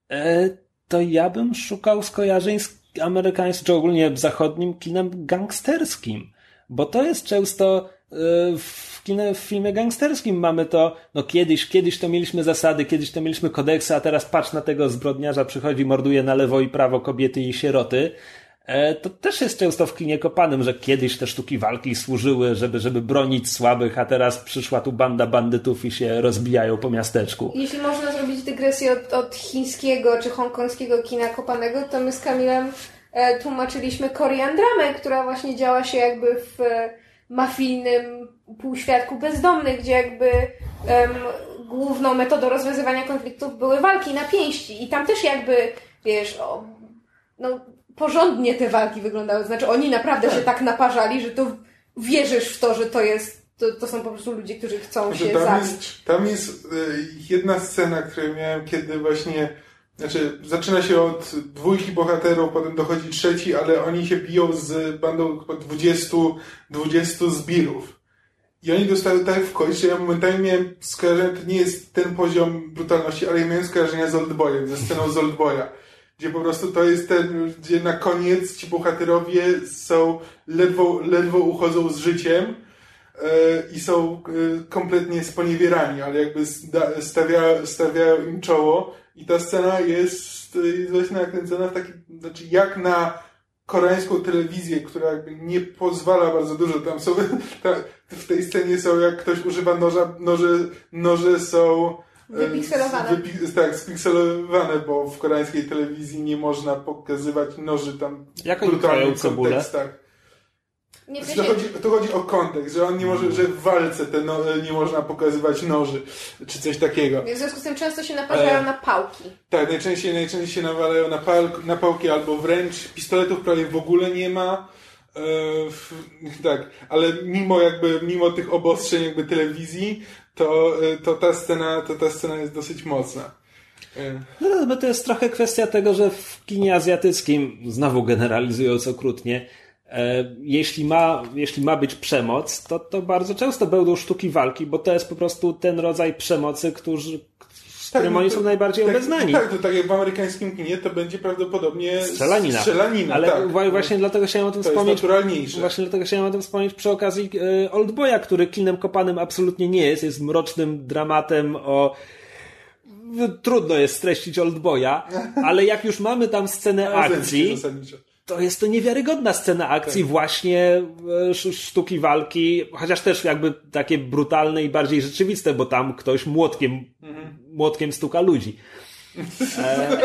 to ja bym szukał skojarzeń z amerykańskim, czy ogólnie zachodnim kinem gangsterskim. Bo to jest często w filmie gangsterskim mamy to, no kiedyś to mieliśmy zasady, kiedyś to mieliśmy kodeksy, a teraz patrz na tego zbrodniarza, przychodzi, morduje na lewo i prawo kobiety i sieroty. To też jest często w kinie kopanym, że kiedyś te sztuki walki służyły, żeby bronić słabych, a teraz przyszła tu banda bandytów i się rozbijają po miasteczku.
Jeśli można zrobić dygresję od chińskiego czy hongkońskiego kina kopanego, to my z Kamilem tłumaczyliśmy Korean Dramę, która właśnie działa się jakby w mafijnym półświadku bezdomnych, gdzie jakby główną metodą rozwiązywania konfliktów były walki na pięści. I tam też jakby, wiesz, porządnie te walki wyglądały. Znaczy oni naprawdę się tak naparzali, że to wierzysz w to, że to są po prostu ludzie, którzy chcą się zabić.
Tam jest jedna scena, którą miałem, kiedy właśnie zaczyna się od 2 bohaterów, potem dochodzi 3, ale oni się biją z bandą chyba 20 zbirów. I oni dostały tak w kość, że ja momentami miałem skojarzenie, to nie jest ten poziom brutalności, ale ja miałem skojarzenia z Oldboyem, ze sceną z Oldboya. Gdzie po prostu to jest gdzie na koniec ci bohaterowie są ledwo uchodzą z życiem i są kompletnie sponiewierani, ale jakby stawiają im czoło i ta scena jest właśnie nakręcona w taki, znaczy jak na koreańską telewizję, która jakby nie pozwala bardzo dużo, tam są w tej scenie są, jak ktoś używa noża, noże są
wypikselowane.
Spikselowane, bo w koreańskiej telewizji nie można pokazywać noży tam
w brutalnych
kontekstach. Tu chodzi o kontekst, że on nie może, że w walce nie można pokazywać noży, czy coś takiego.
W związku z tym często się naparzają na pałki. Tak,
najczęściej się nawalają na pałki albo wręcz pistoletów prawie w ogóle nie ma. Tak, ale mimo tych obostrzeń jakby telewizji, to ta scena jest dosyć mocna.
No, bo to jest trochę kwestia tego, że w kinie azjatyckim, znowu generalizując okrutnie, jeśli ma być przemoc, to bardzo często będą sztuki walki, bo to jest po prostu ten rodzaj przemocy, z którym oni są najbardziej obeznani.
Tak, to tak jak w amerykańskim kinie to będzie prawdopodobnie
strzelanina. Ale
tak,
właśnie dlatego chciałem o tym wspomnieć. Właśnie dlatego chciałem o tym wspomnieć przy okazji Oldboya, który kinem kopanym absolutnie nie jest mrocznym dramatem trudno jest streścić Oldboya, ale jak już mamy tam scenę akcji, to jest to niewiarygodna scena akcji, tak. Właśnie sztuki walki, chociaż też jakby takie brutalne i bardziej rzeczywiste, bo tam ktoś młotkiem stuka ludzi.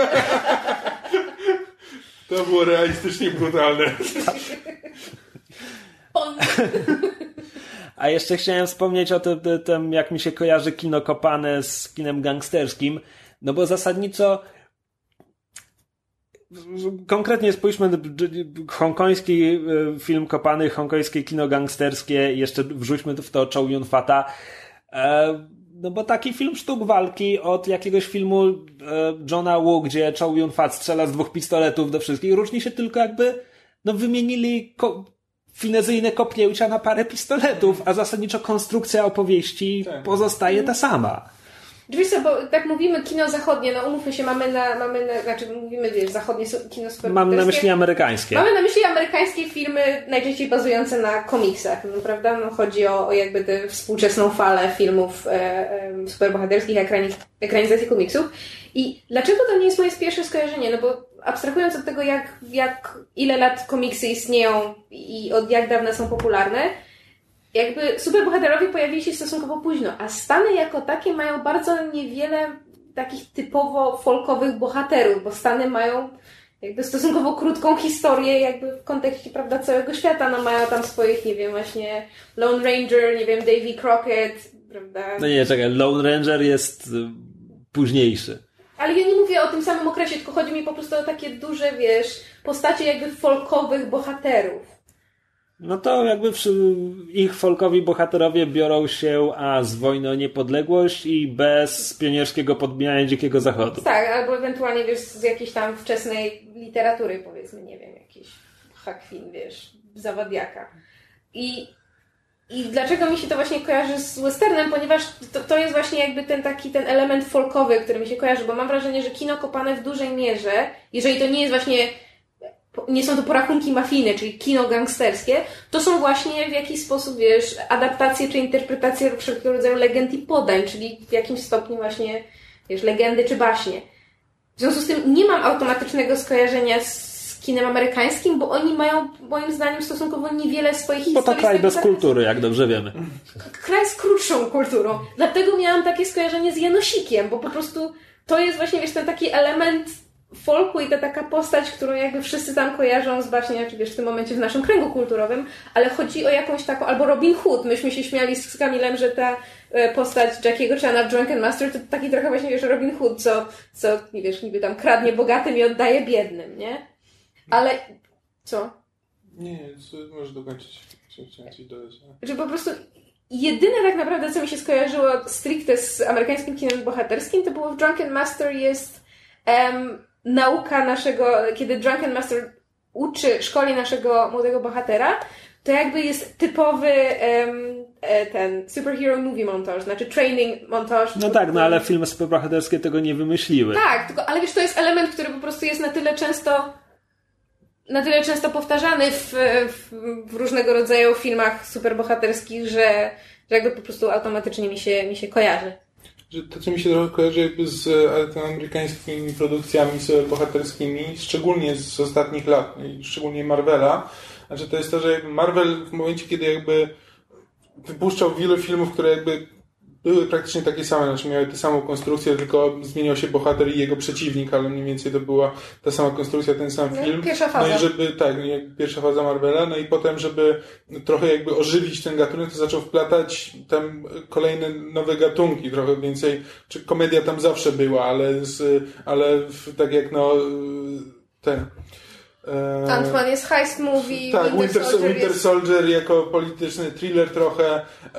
To było realistycznie brutalne.
A jeszcze chciałem wspomnieć o tym, jak mi się kojarzy kino kopane z kinem gangsterskim, no bo zasadniczo konkretnie spójrzmy na hongkoński film kopany, hongkońskie kino gangsterskie i jeszcze wrzućmy w to Chow Yun-fata. No bo taki film sztuk walki od jakiegoś filmu Johna Woo, gdzie Chow Yun-fat strzela z 2 pistoletów do wszystkich, różni się tylko jakby wymienili finezyjne kopnięcia na parę pistoletów, a zasadniczo konstrukcja opowieści pozostaje ta sama.
Oczywiście, bo tak mówimy kino zachodnie, no umówmy się, znaczy mówimy, wiesz, zachodnie kino superbohaterskie.
Mam na myśli amerykańskie.
Mamy na myśli amerykańskie filmy, najczęściej bazujące na komiksach, no, prawda? No, chodzi o jakby tę współczesną falę filmów superbohaterskich, ekranizacji komiksów. I dlaczego to nie jest moje pierwsze skojarzenie? No bo abstrahując od tego, ile lat komiksy istnieją i od jak dawna są popularne, jakby superbohaterowie pojawili się stosunkowo późno, a Stany jako takie mają bardzo niewiele takich typowo folkowych bohaterów, bo Stany mają jakby stosunkowo krótką historię jakby w kontekście, prawda, całego świata. No mają tam swoich, nie wiem, właśnie Lone Ranger, nie wiem, Davy Crockett, prawda?
No nie, czekaj, Lone Ranger jest późniejszy. Ale
ja nie mówię o tym samym okresie, tylko chodzi mi po prostu o takie duże, wiesz, postacie jakby folkowych bohaterów.
No to jakby ich folkowi bohaterowie biorą się z wojny o niepodległość i z pionierskiego podbijania Dzikiego Zachodu.
Tak, albo ewentualnie, wiesz, z jakiejś tam wczesnej literatury, powiedzmy, nie wiem, jakiś Hakwin, wiesz, Zawadiaka. I dlaczego mi się to właśnie kojarzy z westernem? Ponieważ to jest właśnie jakby ten element folkowy, który mi się kojarzy, bo mam wrażenie, że kino kopane w dużej mierze, jeżeli to nie jest właśnie, nie są to porachunki mafijne, czyli kino gangsterskie, to są właśnie w jakiś sposób, wiesz, adaptacje czy interpretacje wszelkiego rodzaju legend i podań, czyli w jakimś stopniu właśnie, wiesz, legendy czy baśnie. W związku z tym nie mam automatycznego skojarzenia z kinem amerykańskim, bo oni mają, moim zdaniem, stosunkowo niewiele swoich historii.
Bo to kraj bez kultury, jak dobrze wiemy.
Kraj z krótszą kulturą. Dlatego miałam takie skojarzenie z Janosikiem, bo po prostu to jest właśnie, wiesz, ten taki element folku i ta taka postać, którą jakby wszyscy tam kojarzą z właśnie, czy wiesz, w tym momencie w naszym kręgu kulturowym, ale chodzi o jakąś taką, albo Robin Hood. Myśmy się śmiali z Kamilem, że ta postać Jackiego Chana w Drunken Master to taki trochę właśnie, wiesz, Robin Hood, co nie wiesz, niby tam kradnie bogatym i oddaje biednym, nie? Ale co?
Nie, możesz dokończyć. Chciałem ci dodać.
Że po prostu jedyne tak naprawdę, co mi się skojarzyło stricte z amerykańskim kinem bohaterskim, to było w Drunken Master jest nauka naszego, kiedy Drunken Master szkoli naszego młodego bohatera, to jakby jest typowy ten superhero movie montage, znaczy training montage.
No tak, no ale filmy superbohaterskie tego nie wymyśliły.
Tak, tylko, ale wiesz, to jest element, który po prostu jest na tyle często powtarzany w różnego rodzaju filmach superbohaterskich, że jakby po prostu automatycznie mi się kojarzy.
Że to, co mi się trochę kojarzy jakby z amerykańskimi produkcjami superbohaterskimi, szczególnie z ostatnich lat, szczególnie Marvela, znaczy to jest to, że Marvel w momencie, kiedy jakby wypuszczał wiele filmów, które jakby były praktycznie takie same, znaczy miały tę samą konstrukcję, tylko zmieniał się bohater i jego przeciwnik, ale mniej więcej to była ta sama konstrukcja, ten sam film.
Pierwsza faza.
No i żeby, pierwsza faza Marvela, no i potem, żeby trochę jakby ożywić ten gatunek, to zaczął wplatać tam kolejne nowe gatunki, trochę więcej, czy komedia tam zawsze była, ale tak jak
Ant-Man jest heist movie.
Tak, Winter Soldier jako polityczny thriller trochę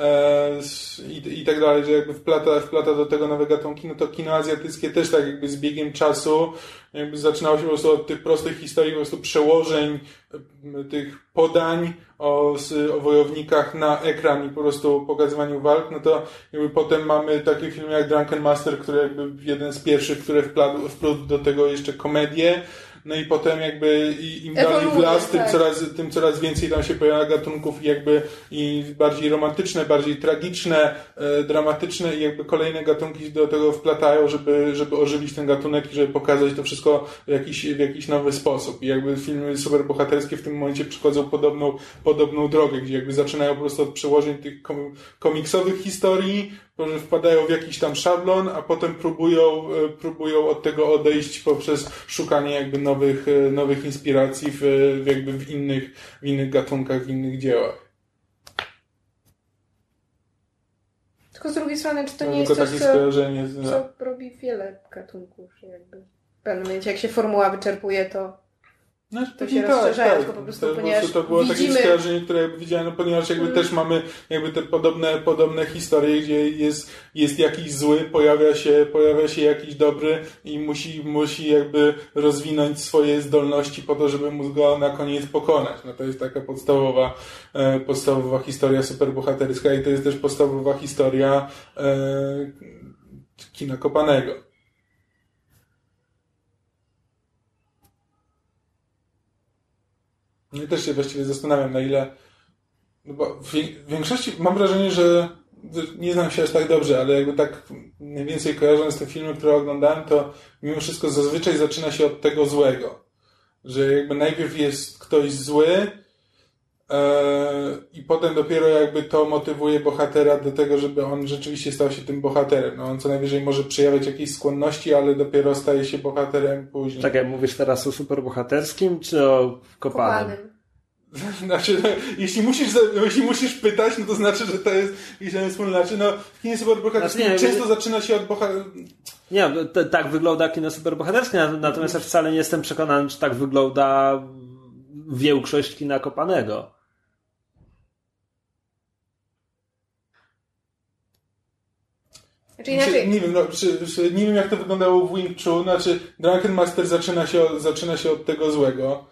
i tak dalej, że jakby wplata do tego nowe gatunki, no to kino azjatyckie też tak jakby z biegiem czasu jakby zaczynało się po prostu od tych prostych historii, po prostu przełożeń tych podań o wojownikach na ekran i po prostu pokazywaniu walk, no to jakby potem mamy takie filmy jak Drunken Master, który jakby jeden z pierwszych, który wplótł do tego jeszcze komedię. No i potem jakby im dalej w las, tym coraz więcej tam się pojawia gatunków i bardziej romantyczne, bardziej tragiczne, dramatyczne i jakby kolejne gatunki do tego wplatają, żeby ożywić ten gatunek i żeby pokazać to wszystko w jakiś nowy sposób. I jakby filmy superbohaterskie w tym momencie przychodzą podobną drogę, gdzie jakby zaczynają po prostu od przełożeń tych komiksowych historii, że wpadają w jakiś tam szablon, a potem próbują od tego odejść poprzez szukanie jakby nowych inspiracji w innych gatunkach, w innych dziełach.
Tylko z drugiej strony, czy to nie
jest
coś,
co
robi wiele gatunków, jakby w pewnym momencie, jak się formuła wyczerpuje, to to się rozszerzają, tylko po prostu, ponieważ
to było
widzimy...
takie skojarzenie, które jakby widziałem, no ponieważ jakby też mamy jakby te podobne historie, gdzie jest jakiś zły, pojawia się jakiś dobry i musi jakby rozwinąć swoje zdolności po to, żeby móc go na koniec pokonać. No to jest taka podstawowa historia superbohaterska i to jest też podstawowa historia kina kopanego. Ja też się właściwie zastanawiam, na ile... No bo w większości mam wrażenie, że nie znam się aż tak dobrze, ale jakby tak mniej więcej kojarząc te filmy, które oglądałem, to mimo wszystko zazwyczaj zaczyna się od tego złego. Że jakby najpierw jest ktoś zły i potem dopiero jakby to motywuje bohatera do tego, żeby on rzeczywiście stał się tym bohaterem. No on co najwyżej może przejawiać jakieś skłonności, ale dopiero staje się bohaterem później.
Czekaj, mówisz teraz o superbohaterskim czy o kopanym?
Znaczy, no, jeśli musisz pytać, no to znaczy, że to jest jakiś wspólny. Znaczy, no, w kinie superbohaterskim często zaczyna się od
Nie, tak wygląda kino superbohaterskie, natomiast ja wcale nie jestem przekonany, czy tak wygląda większość kina kopanego.
Znaczy inaczej.
Nie wiem, nie wiem jak to wyglądało w Wing Chun, znaczy Drunken Master zaczyna się od tego złego.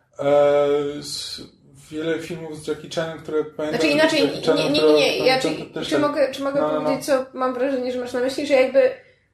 Wiele filmów z Jackie Chanem, które pamiętam...
Znaczy inaczej, nie. Ja czy mogę powiedzieć, co mam wrażenie, że masz na myśli, że jakby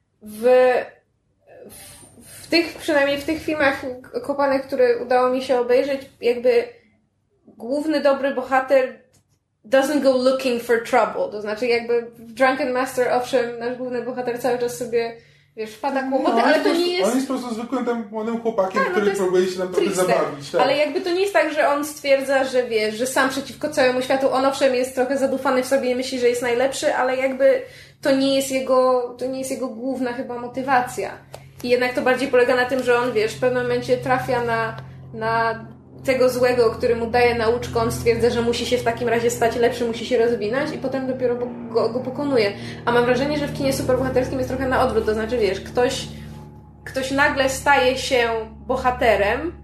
przynajmniej w tych filmach kopanych, które udało mi się obejrzeć, jakby główny dobry bohater doesn't go looking for trouble. To znaczy jakby w Drunken Master, owszem, nasz główny bohater cały czas sobie, wpada kłopoty, ale to nie jest...
On jest po prostu zwykłym tam młodym chłopakiem, który próbuje się tam trochę zabawić. Tak.
Ale jakby to nie jest tak, że on stwierdza, że że sam przeciwko całemu światu, on owszem jest trochę zadufany w sobie i myśli, że jest najlepszy, ale jakby to nie jest jego główna chyba motywacja. I jednak to bardziej polega na tym, że on, w pewnym momencie trafia na tego złego, który mu daje nauczkę, on stwierdza, że musi się w takim razie stać lepszy, musi się rozwinąć i potem dopiero go pokonuje. A mam wrażenie, że w kinie superbohaterskim jest trochę na odwrót, to znaczy, ktoś nagle staje się bohaterem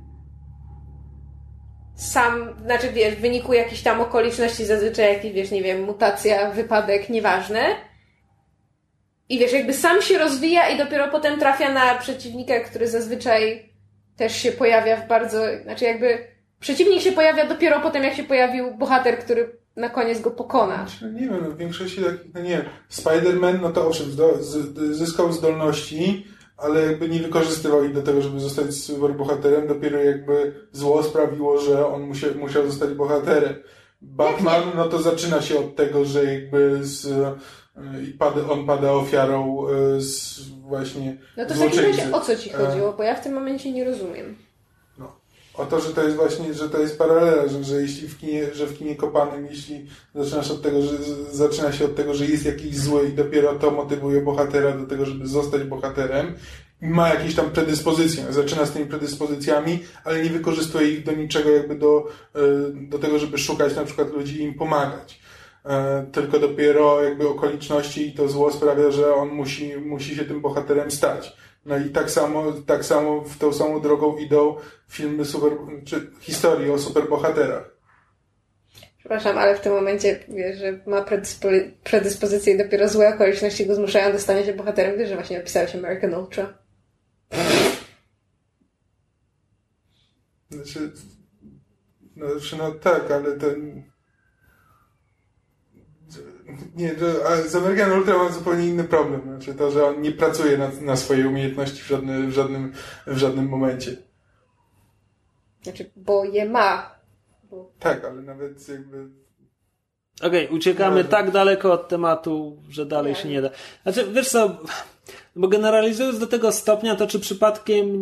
sam, znaczy, w wyniku jakichś tam okoliczności, zazwyczaj jakiś, mutacja, wypadek, nieważne. I jakby sam się rozwija i dopiero potem trafia na przeciwnika, który zazwyczaj też się pojawia przeciwnik się pojawia dopiero potem, jak się pojawił bohater, który na koniec go pokona.
Nie wiem, w większości takich, Spider-Man, no to owszem, zyskał zdolności, ale jakby nie wykorzystywał ich do tego, żeby zostać superbohaterem, dopiero jakby zło sprawiło, że on musiał zostać bohaterem. Batman, no to zaczyna się od tego, że jakby on pada ofiarą właśnie
no to w takim razie o co ci chodziło? Bo ja w tym momencie nie rozumiem.
No, o to, że to jest właśnie, że to jest paralela, że jeśli w kinie kopanym, jeśli zaczyna się od tego, że jest jakiś zły i dopiero to motywuje bohatera do tego, żeby zostać bohaterem, ma jakieś tam predyspozycje, zaczyna z tymi predyspozycjami, ale nie wykorzystuje ich do niczego jakby do tego, żeby szukać na przykład ludzi i im pomagać. Tylko dopiero jakby okoliczności i to zło sprawia, że on musi się tym bohaterem stać. No i tak samo w tą samą drogą idą filmy czy historie o superbohaterach.
Przepraszam, ale w tym momencie że ma predyspozycje i dopiero złe okoliczności go zmuszają do stania się bohaterem, że właśnie napisałeś American Ultra.
No tak, ale ten... Nie, z American Ultra mam zupełnie inny problem. Znaczy to, że on nie pracuje na swoje umiejętności w żadnym momencie.
Znaczy, bo je ma.
Tak, ale nawet jakby...
Okej, uciekamy tak daleko od tematu, że dalej się nie da. Znaczy, wiesz co, bo generalizując do tego stopnia, to czy przypadkiem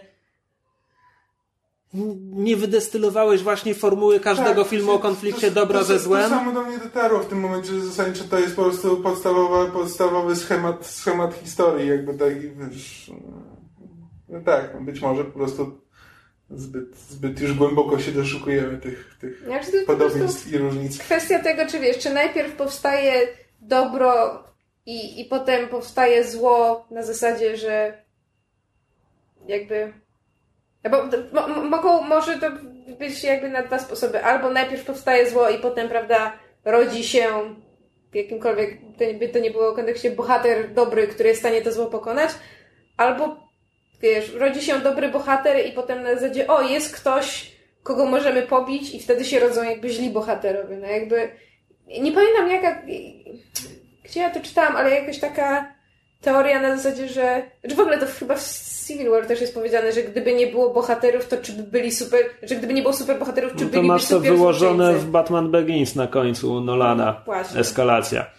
nie wydestylowałeś właśnie formuły każdego filmu o konflikcie dobra ze złem?
To samo do mnie dotarło w tym momencie, że zasadniczo to jest po prostu podstawowy schemat historii, jakby tak, wiesz, no tak, być może po prostu zbyt już głęboko się doszukujemy tych podobieństw i różnic.
Kwestia tego, czy czy najpierw powstaje dobro i potem powstaje zło na zasadzie, że jakby... Może to być jakby na dwa sposoby. Albo najpierw powstaje zło i potem, prawda, rodzi się w jakimkolwiek, by to nie było w kontekście bohater dobry, który jest w stanie to zło pokonać. Albo, wiesz, rodzi się dobry bohater i potem na zasadzie, jest ktoś, kogo możemy pobić i wtedy się rodzą jakby źli bohaterowie. No jakby, nie pamiętam gdzie ja to czytałam, ale jakaś taka teoria na zasadzie, że w ogóle to chyba w Civil War też jest powiedziane, że gdyby nie było bohaterów, to czy by byli super, że gdyby nie było super bohaterów, czy byliby super.
To masz to wyłożone w Batman Begins na końcu Nolana.
Właśnie.
Eskalacja.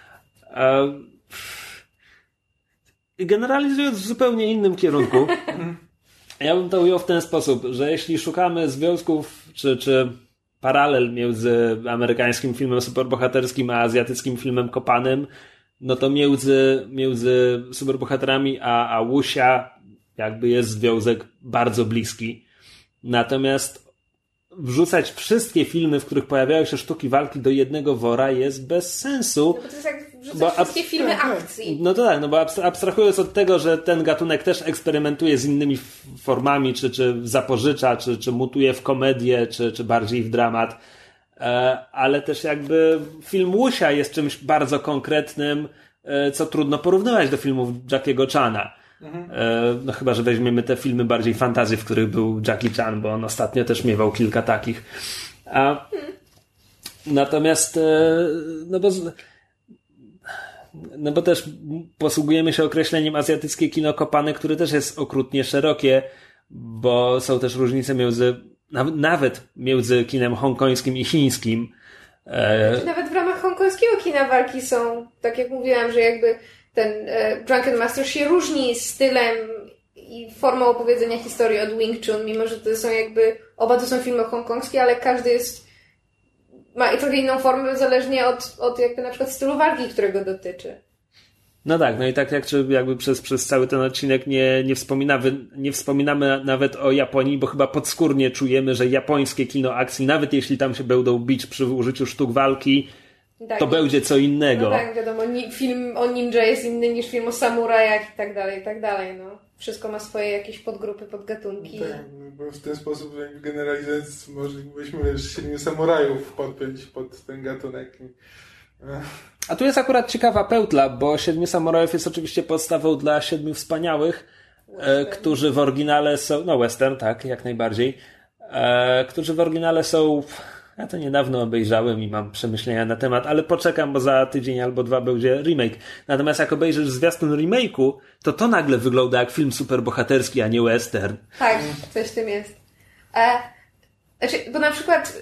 Generalizując w zupełnie innym kierunku, ja bym to ujął w ten sposób, że jeśli szukamy związków czy paralel między amerykańskim filmem superbohaterskim a azjatyckim filmem kopanym, no to między superbohaterami a Wuxia jakby jest związek bardzo bliski. Natomiast wrzucać wszystkie filmy, w których pojawiają się sztuki walki do jednego wora jest bez sensu.
No bo to jest jak wrzucać wszystkie filmy akcji.
No to tak, no bo abstrahując od tego, że ten gatunek też eksperymentuje z innymi formami, czy zapożycza, czy mutuje w komedię, czy bardziej w dramat, ale też jakby film Wuxia jest czymś bardzo konkretnym, co trudno porównywać do filmów Jackiego Chana. No chyba, że weźmiemy te filmy bardziej fantasy, w których był Jackie Chan, bo on ostatnio też miewał kilka takich. Natomiast no bo też posługujemy się określeniem azjatyckie kino kopane, które też jest okrutnie szerokie, bo są też różnice nawet między kinem hongkońskim i chińskim.
Nawet w ramach hongkońskiego kina walki są, tak jak mówiłam, że jakby ten Drunken Master się różni stylem i formą opowiedzenia historii od Wing Chun, mimo że to są jakby, oba to są filmy hongkońskie, ale każdy ma trochę inną formę zależnie od jakby na przykład stylu walki, którego dotyczy.
No tak, no i tak jak jakby przez cały ten odcinek nie wspominamy nawet o Japonii, bo chyba podskórnie czujemy, że japońskie kino akcji, nawet jeśli tam się będą bić przy użyciu sztuk walki, tak, to będzie co innego.
No tak, wiadomo, film o ninja jest inny niż film o samurajach i tak dalej, no. Wszystko ma swoje jakieś podgrupy, podgatunki.
Tak, bo w ten sposób generalizując moglibyśmy 7 samurajów podpiąć pod ten gatunek.
A tu jest akurat ciekawa pętla, bo 7 samurajów jest oczywiście podstawą dla 7 wspaniałych, którzy w oryginale są, no western, tak, jak najbardziej, którzy w oryginale są, ja to niedawno obejrzałem i mam przemyślenia na temat, ale poczekam, bo za tydzień albo dwa będzie remake. Natomiast jak obejrzysz zwiastun remake'u, to nagle wygląda jak film superbohaterski, a nie western.
Tak, coś w tym jest. Bo na przykład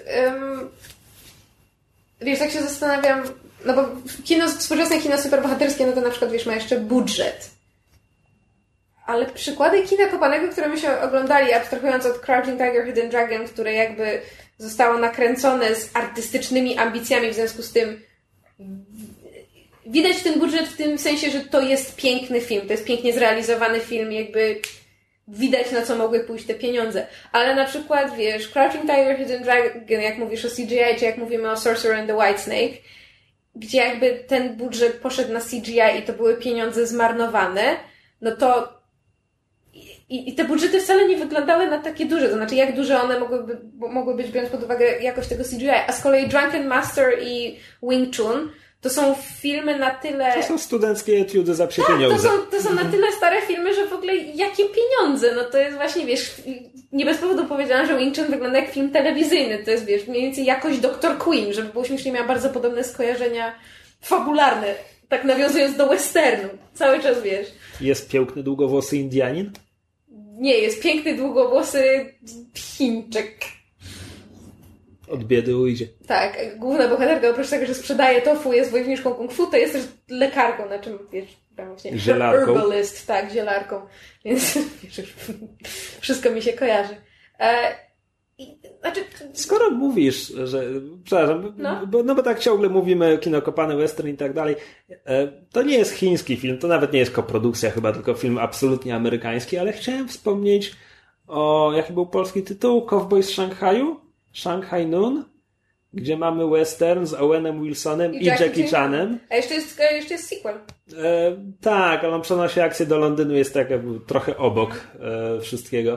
wiesz, tak się zastanawiam, no bo współczesne kino superbohaterskie, no to na przykład, wiesz, ma jeszcze budżet. Ale przykłady kina kopanego, które myśmy oglądali, abstrahując od Crouching Tiger, Hidden Dragon, które jakby zostało nakręcone z artystycznymi ambicjami, w związku z tym widać ten budżet w tym sensie, że to jest piękny film, to jest pięknie zrealizowany film, jakby widać, na co mogły pójść te pieniądze. Ale na przykład, wiesz, Crouching Tiger, Hidden Dragon, jak mówisz o CGI, czy jak mówimy o Sorcerer and the White Snake, gdzie jakby ten budżet poszedł na CGI i to były pieniądze zmarnowane, no to i te budżety wcale nie wyglądały na takie duże, to znaczy jak duże one mogły być, biorąc pod uwagę jakość tego CGI, a z kolei Drunken Master i Wing Chun to są filmy na tyle...
To są studenckie etiudy za psie pieniądze.
To są na tyle stare filmy, że w ogóle jakie pieniądze? No to jest właśnie, wiesz, nie bez powodu powiedziałam, że Wing Chun wygląda jak film telewizyjny. To jest, wiesz, mniej więcej jakość Dr. Queen, żeby było śmiesznie, miała bardzo podobne skojarzenia fabularne, tak nawiązując do westernu. Cały czas, wiesz.
Jest piękny, długowłosy Indianin?
Nie, jest piękny, długowłosy Chińczyk.
Od biedy ujdzie.
Tak, główna bohaterka oprócz tego, że sprzedaje tofu, jest wojowniczką kung fu, to jest też lekarką, na czym, wiesz, właśnie
zielarką.
Herbalist, tak, zielarką. Więc wiesz, wszystko mi się kojarzy.
Skoro mówisz, że... Przepraszam, bo tak ciągle mówimy kino kopane, western i tak dalej. To nie jest chiński film, to nawet nie jest koprodukcja chyba, tylko film absolutnie amerykański, ale chciałem wspomnieć o... Jaki był polski tytuł? Cowboy z Szanghaju? Shanghai Noon? gdzie mamy western z Owenem Wilsonem i Jackie Chanem.
A jeszcze jest sequel.
Tak, ale on przenosi akcję do Londynu, jest tak jakby trochę obok wszystkiego.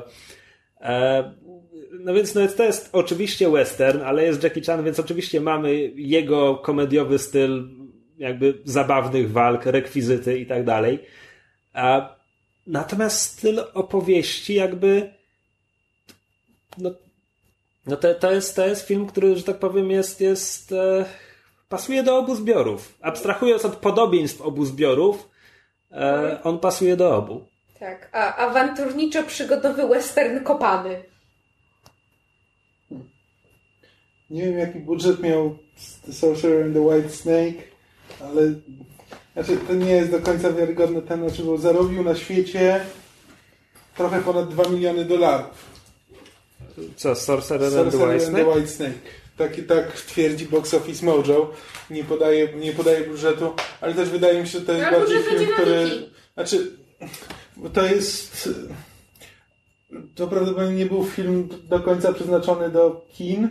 No więc to jest oczywiście western, ale jest Jackie Chan, więc oczywiście mamy jego komediowy styl jakby zabawnych walk, rekwizyty i tak dalej. Natomiast styl opowieści jakby to jest film, który, że tak powiem, pasuje do obu zbiorów. Abstrahując od podobieństw obu zbiorów, on pasuje do obu.
Tak, a awanturniczo-przygodowy western kopany.
Nie wiem, jaki budżet miał The Sorcerer and the White Snake, ale to nie jest do końca wiarygodne. Bo zarobił na świecie trochę ponad $2 miliony.
Co, Sorcerer and the White Snake?
Tak twierdzi Box Office Mojo. Nie podaje budżetu, ale też wydaje mi się, że to jest bardziej film, który... To prawdopodobnie nie był film do końca przeznaczony do kin.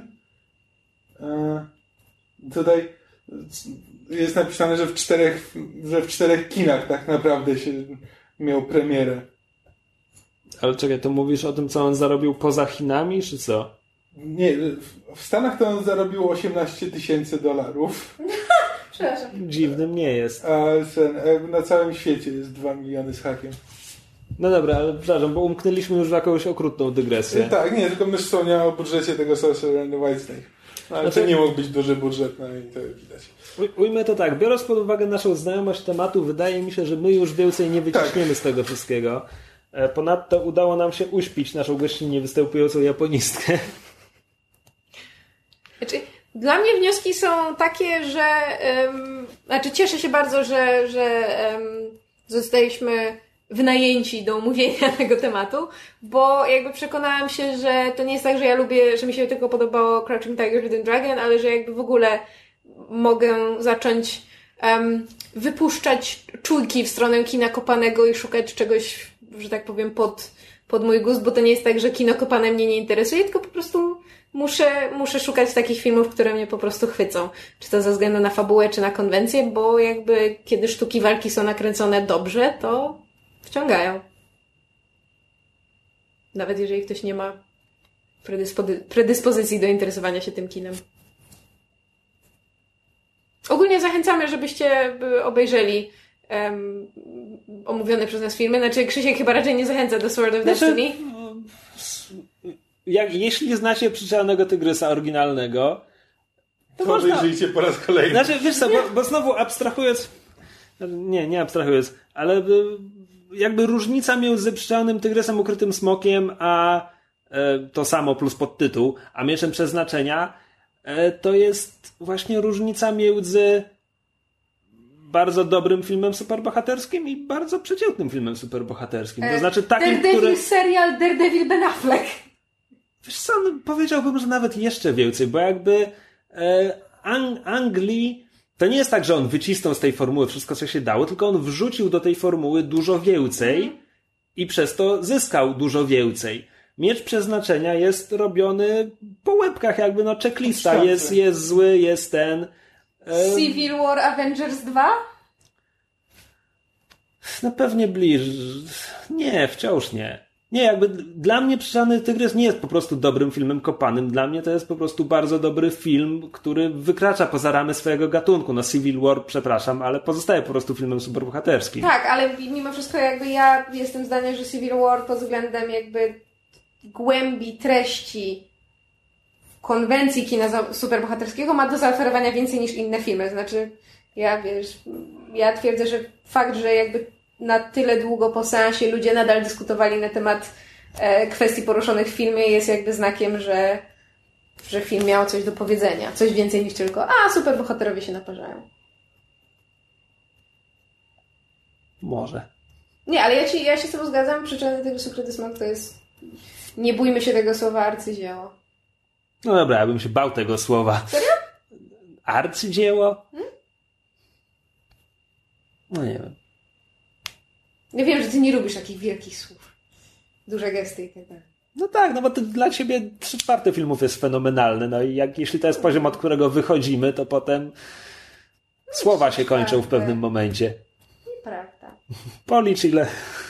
Tutaj jest napisane, że w 4 kinach tak naprawdę się miał premierę.
Ale czekaj, to mówisz o tym, co on zarobił poza Chinami, czy co?
Nie, w Stanach to on zarobił $18,000.
Przepraszam.
Dziwnym nie jest.
A na całym świecie jest 2 miliony z hakiem.
No dobra, ale przepraszam, bo umknęliśmy już w jakąś okrutną dygresję.
Tak, nie, tylko myśl wspomniała o budżecie tego Sorcerer and the White Snake. No, ale to nie mógł być duży budżet, no i to widać.
Ujmę to tak, biorąc pod uwagę naszą znajomość tematu, wydaje mi się, że my już więcej nie wyciśniemy z tego wszystkiego. Ponadto udało nam się uśpić naszą gościnnie występującą japonistkę.
Znaczy, dla mnie wnioski są takie, że cieszę się bardzo, że zostaliśmy wynajęci do omówienia tego tematu, bo jakby przekonałam się, że to nie jest tak, że ja lubię, że mi się tylko podobało Crouching Tiger, Hidden Dragon, ale że jakby w ogóle mogę zacząć wypuszczać czujki w stronę kina kopanego i szukać czegoś, że tak powiem, pod mój gust, bo to nie jest tak, że kino kopane mnie nie interesuje, tylko po prostu muszę szukać takich filmów, które mnie po prostu chwycą. Czy to ze względu na fabułę, czy na konwencję, bo jakby kiedy sztuki walki są nakręcone dobrze, to wciągają. Nawet jeżeli ktoś nie ma predyspozycji do interesowania się tym kinem. Ogólnie zachęcamy, żebyście obejrzeli omówione przez nas filmy. Znaczy, Krzysiek chyba raczej nie zachęca do Sword of Destiny.
Jeśli znacie Przyczajonego Tygrysa oryginalnego,
to obejrzyjcie po raz kolejny.
Znaczy, wiesz co, bo znowu abstrahując, nie abstrahując, ale jakby różnica między Przyczajonym Tygrysem, Ukrytym Smokiem, a to samo plus podtytuł, a Mieczem Przeznaczenia, to jest właśnie różnica między bardzo dobrym filmem superbohaterskim i bardzo przeciętnym filmem superbohaterskim. To znaczy takim,
Daredevil serial Daredevil Ben Affleck.
Wiesz co, no, powiedziałbym, że nawet jeszcze więcej, bo jakby Ang Lee to nie jest tak, że on wycisnął z tej formuły wszystko, co się dało, tylko on wrzucił do tej formuły dużo więcej i przez to zyskał dużo więcej. Miecz Przeznaczenia jest robiony po łebkach, jakby checklista. Jest zły, jest ten...
Civil War Avengers 2?
No pewnie bliżej. Nie, wciąż nie. Nie, jakby dla mnie Przyczajony Tygrys nie jest po prostu dobrym filmem kopanym. Dla mnie to jest po prostu bardzo dobry film, który wykracza poza ramy swojego gatunku. No Civil War, przepraszam, ale pozostaje po prostu filmem superbohaterskim.
Tak, ale mimo wszystko jakby ja jestem zdania, że Civil War pod względem jakby głębi treści konwencji kina superbohaterskiego ma do zaoferowania więcej niż inne filmy. Znaczy, ja twierdzę, że fakt, że jakby na tyle długo po seansie ludzie nadal dyskutowali na temat kwestii poruszonych w filmie jest jakby znakiem, że film miał coś do powiedzenia. Coś więcej niż tylko superbohaterowie się naparzają.
Może.
Nie, ale ja się z tobą zgadzam. Przyczajony Tygrys, Ukryty Smok to jest... Nie bójmy się tego słowa arcydzieło.
No dobra, ja bym się bał tego słowa.
Serio?
Arcydzieło? No nie wiem.
Ja wiem, że ty nie lubisz takich wielkich słów. Duże gesty i tak dalej.
No tak, no bo to dla ciebie 3/4 filmów jest fenomenalny. No i jeśli to jest poziom, od którego wychodzimy, to potem słowa się kończą w pewnym momencie.
Nieprawda.
Policz ile...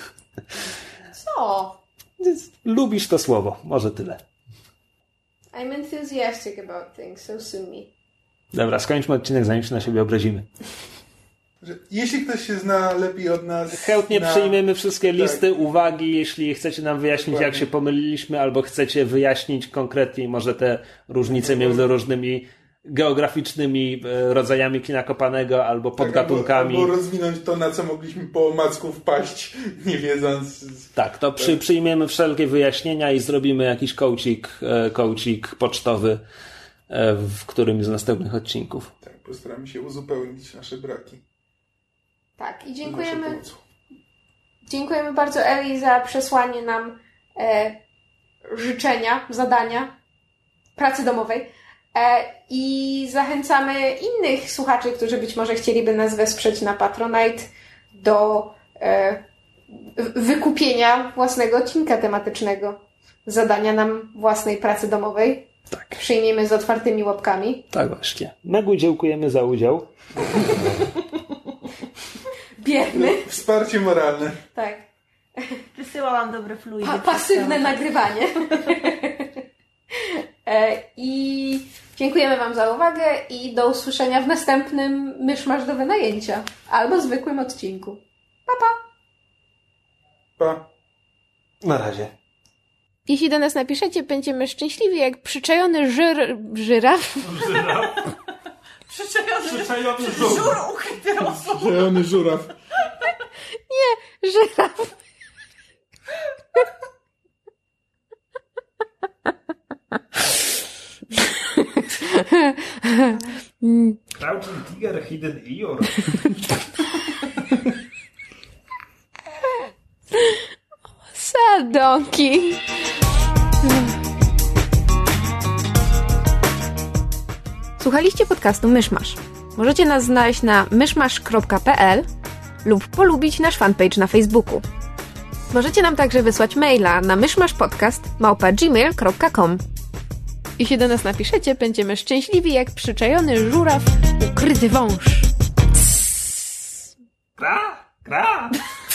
Co?
Lubisz to słowo. Może tyle.
I'm enthusiastic about things, so sue me.
Dobra, skończmy odcinek, zanim się na siebie obrazimy.
Jeśli ktoś się zna lepiej od nas...
Chętnie przyjmiemy wszystkie listy, uwagi, jeśli chcecie nam wyjaśnić, jak się pomyliliśmy, albo chcecie wyjaśnić konkretniej może te różnice między różnymi geograficznymi rodzajami kina kopanego, albo podgatunkami.
Albo rozwinąć to, na co mogliśmy po omacku wpaść, nie wiedząc...
Tak, to przyjmiemy wszelkie wyjaśnienia i zrobimy jakiś coaching pocztowy w którymś z następnych odcinków.
Tak, postaramy się uzupełnić nasze braki.
Tak, i dziękujemy bardzo Eli za przesłanie nam życzenia, zadania, pracy domowej i zachęcamy innych słuchaczy, którzy być może chcieliby nas wesprzeć na Patronite do wykupienia własnego odcinka tematycznego, zadania nam własnej pracy domowej.
Tak.
Przyjmiemy z otwartymi łapkami.
Tak właśnie. Megu dziękujemy za udział.
Bierny.
Wsparcie moralne.
Tak.
Wysyłałam dobre fluidy.
Pasywne nagrywanie. I dziękujemy wam za uwagę i do usłyszenia w następnym Myszmasz do wynajęcia. Albo zwykłym odcinku. Pa, pa.
Pa.
Na razie.
Jeśli do nas napiszecie, będziemy szczęśliwi jak przyczajony żyraf.
Przyczajony żur ukryty rosół.
Przyczajony żuraw.
Nie, żyraf.
Crouching Tiger, Hidden Eeyore.
Sad donkey. Słuchaliście podcastu Myszmasz. Możecie nas znaleźć na myszmasz.pl lub polubić nasz fanpage na Facebooku. Możecie nam także wysłać maila na myszmaszpodcast@gmail.com. Jeśli do nas napiszecie, będziemy szczęśliwi jak przyczajony żuraw ukryty wąż.
Kra! Kra!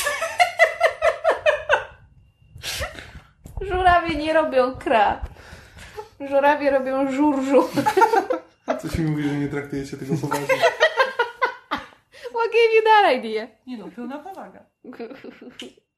Żurawie nie robią kra. Żurawie robią żurżu.
Coś mi mówi, że nie traktujecie tego poważnie.
What gave you that idea?
Nie no, pełna powaga.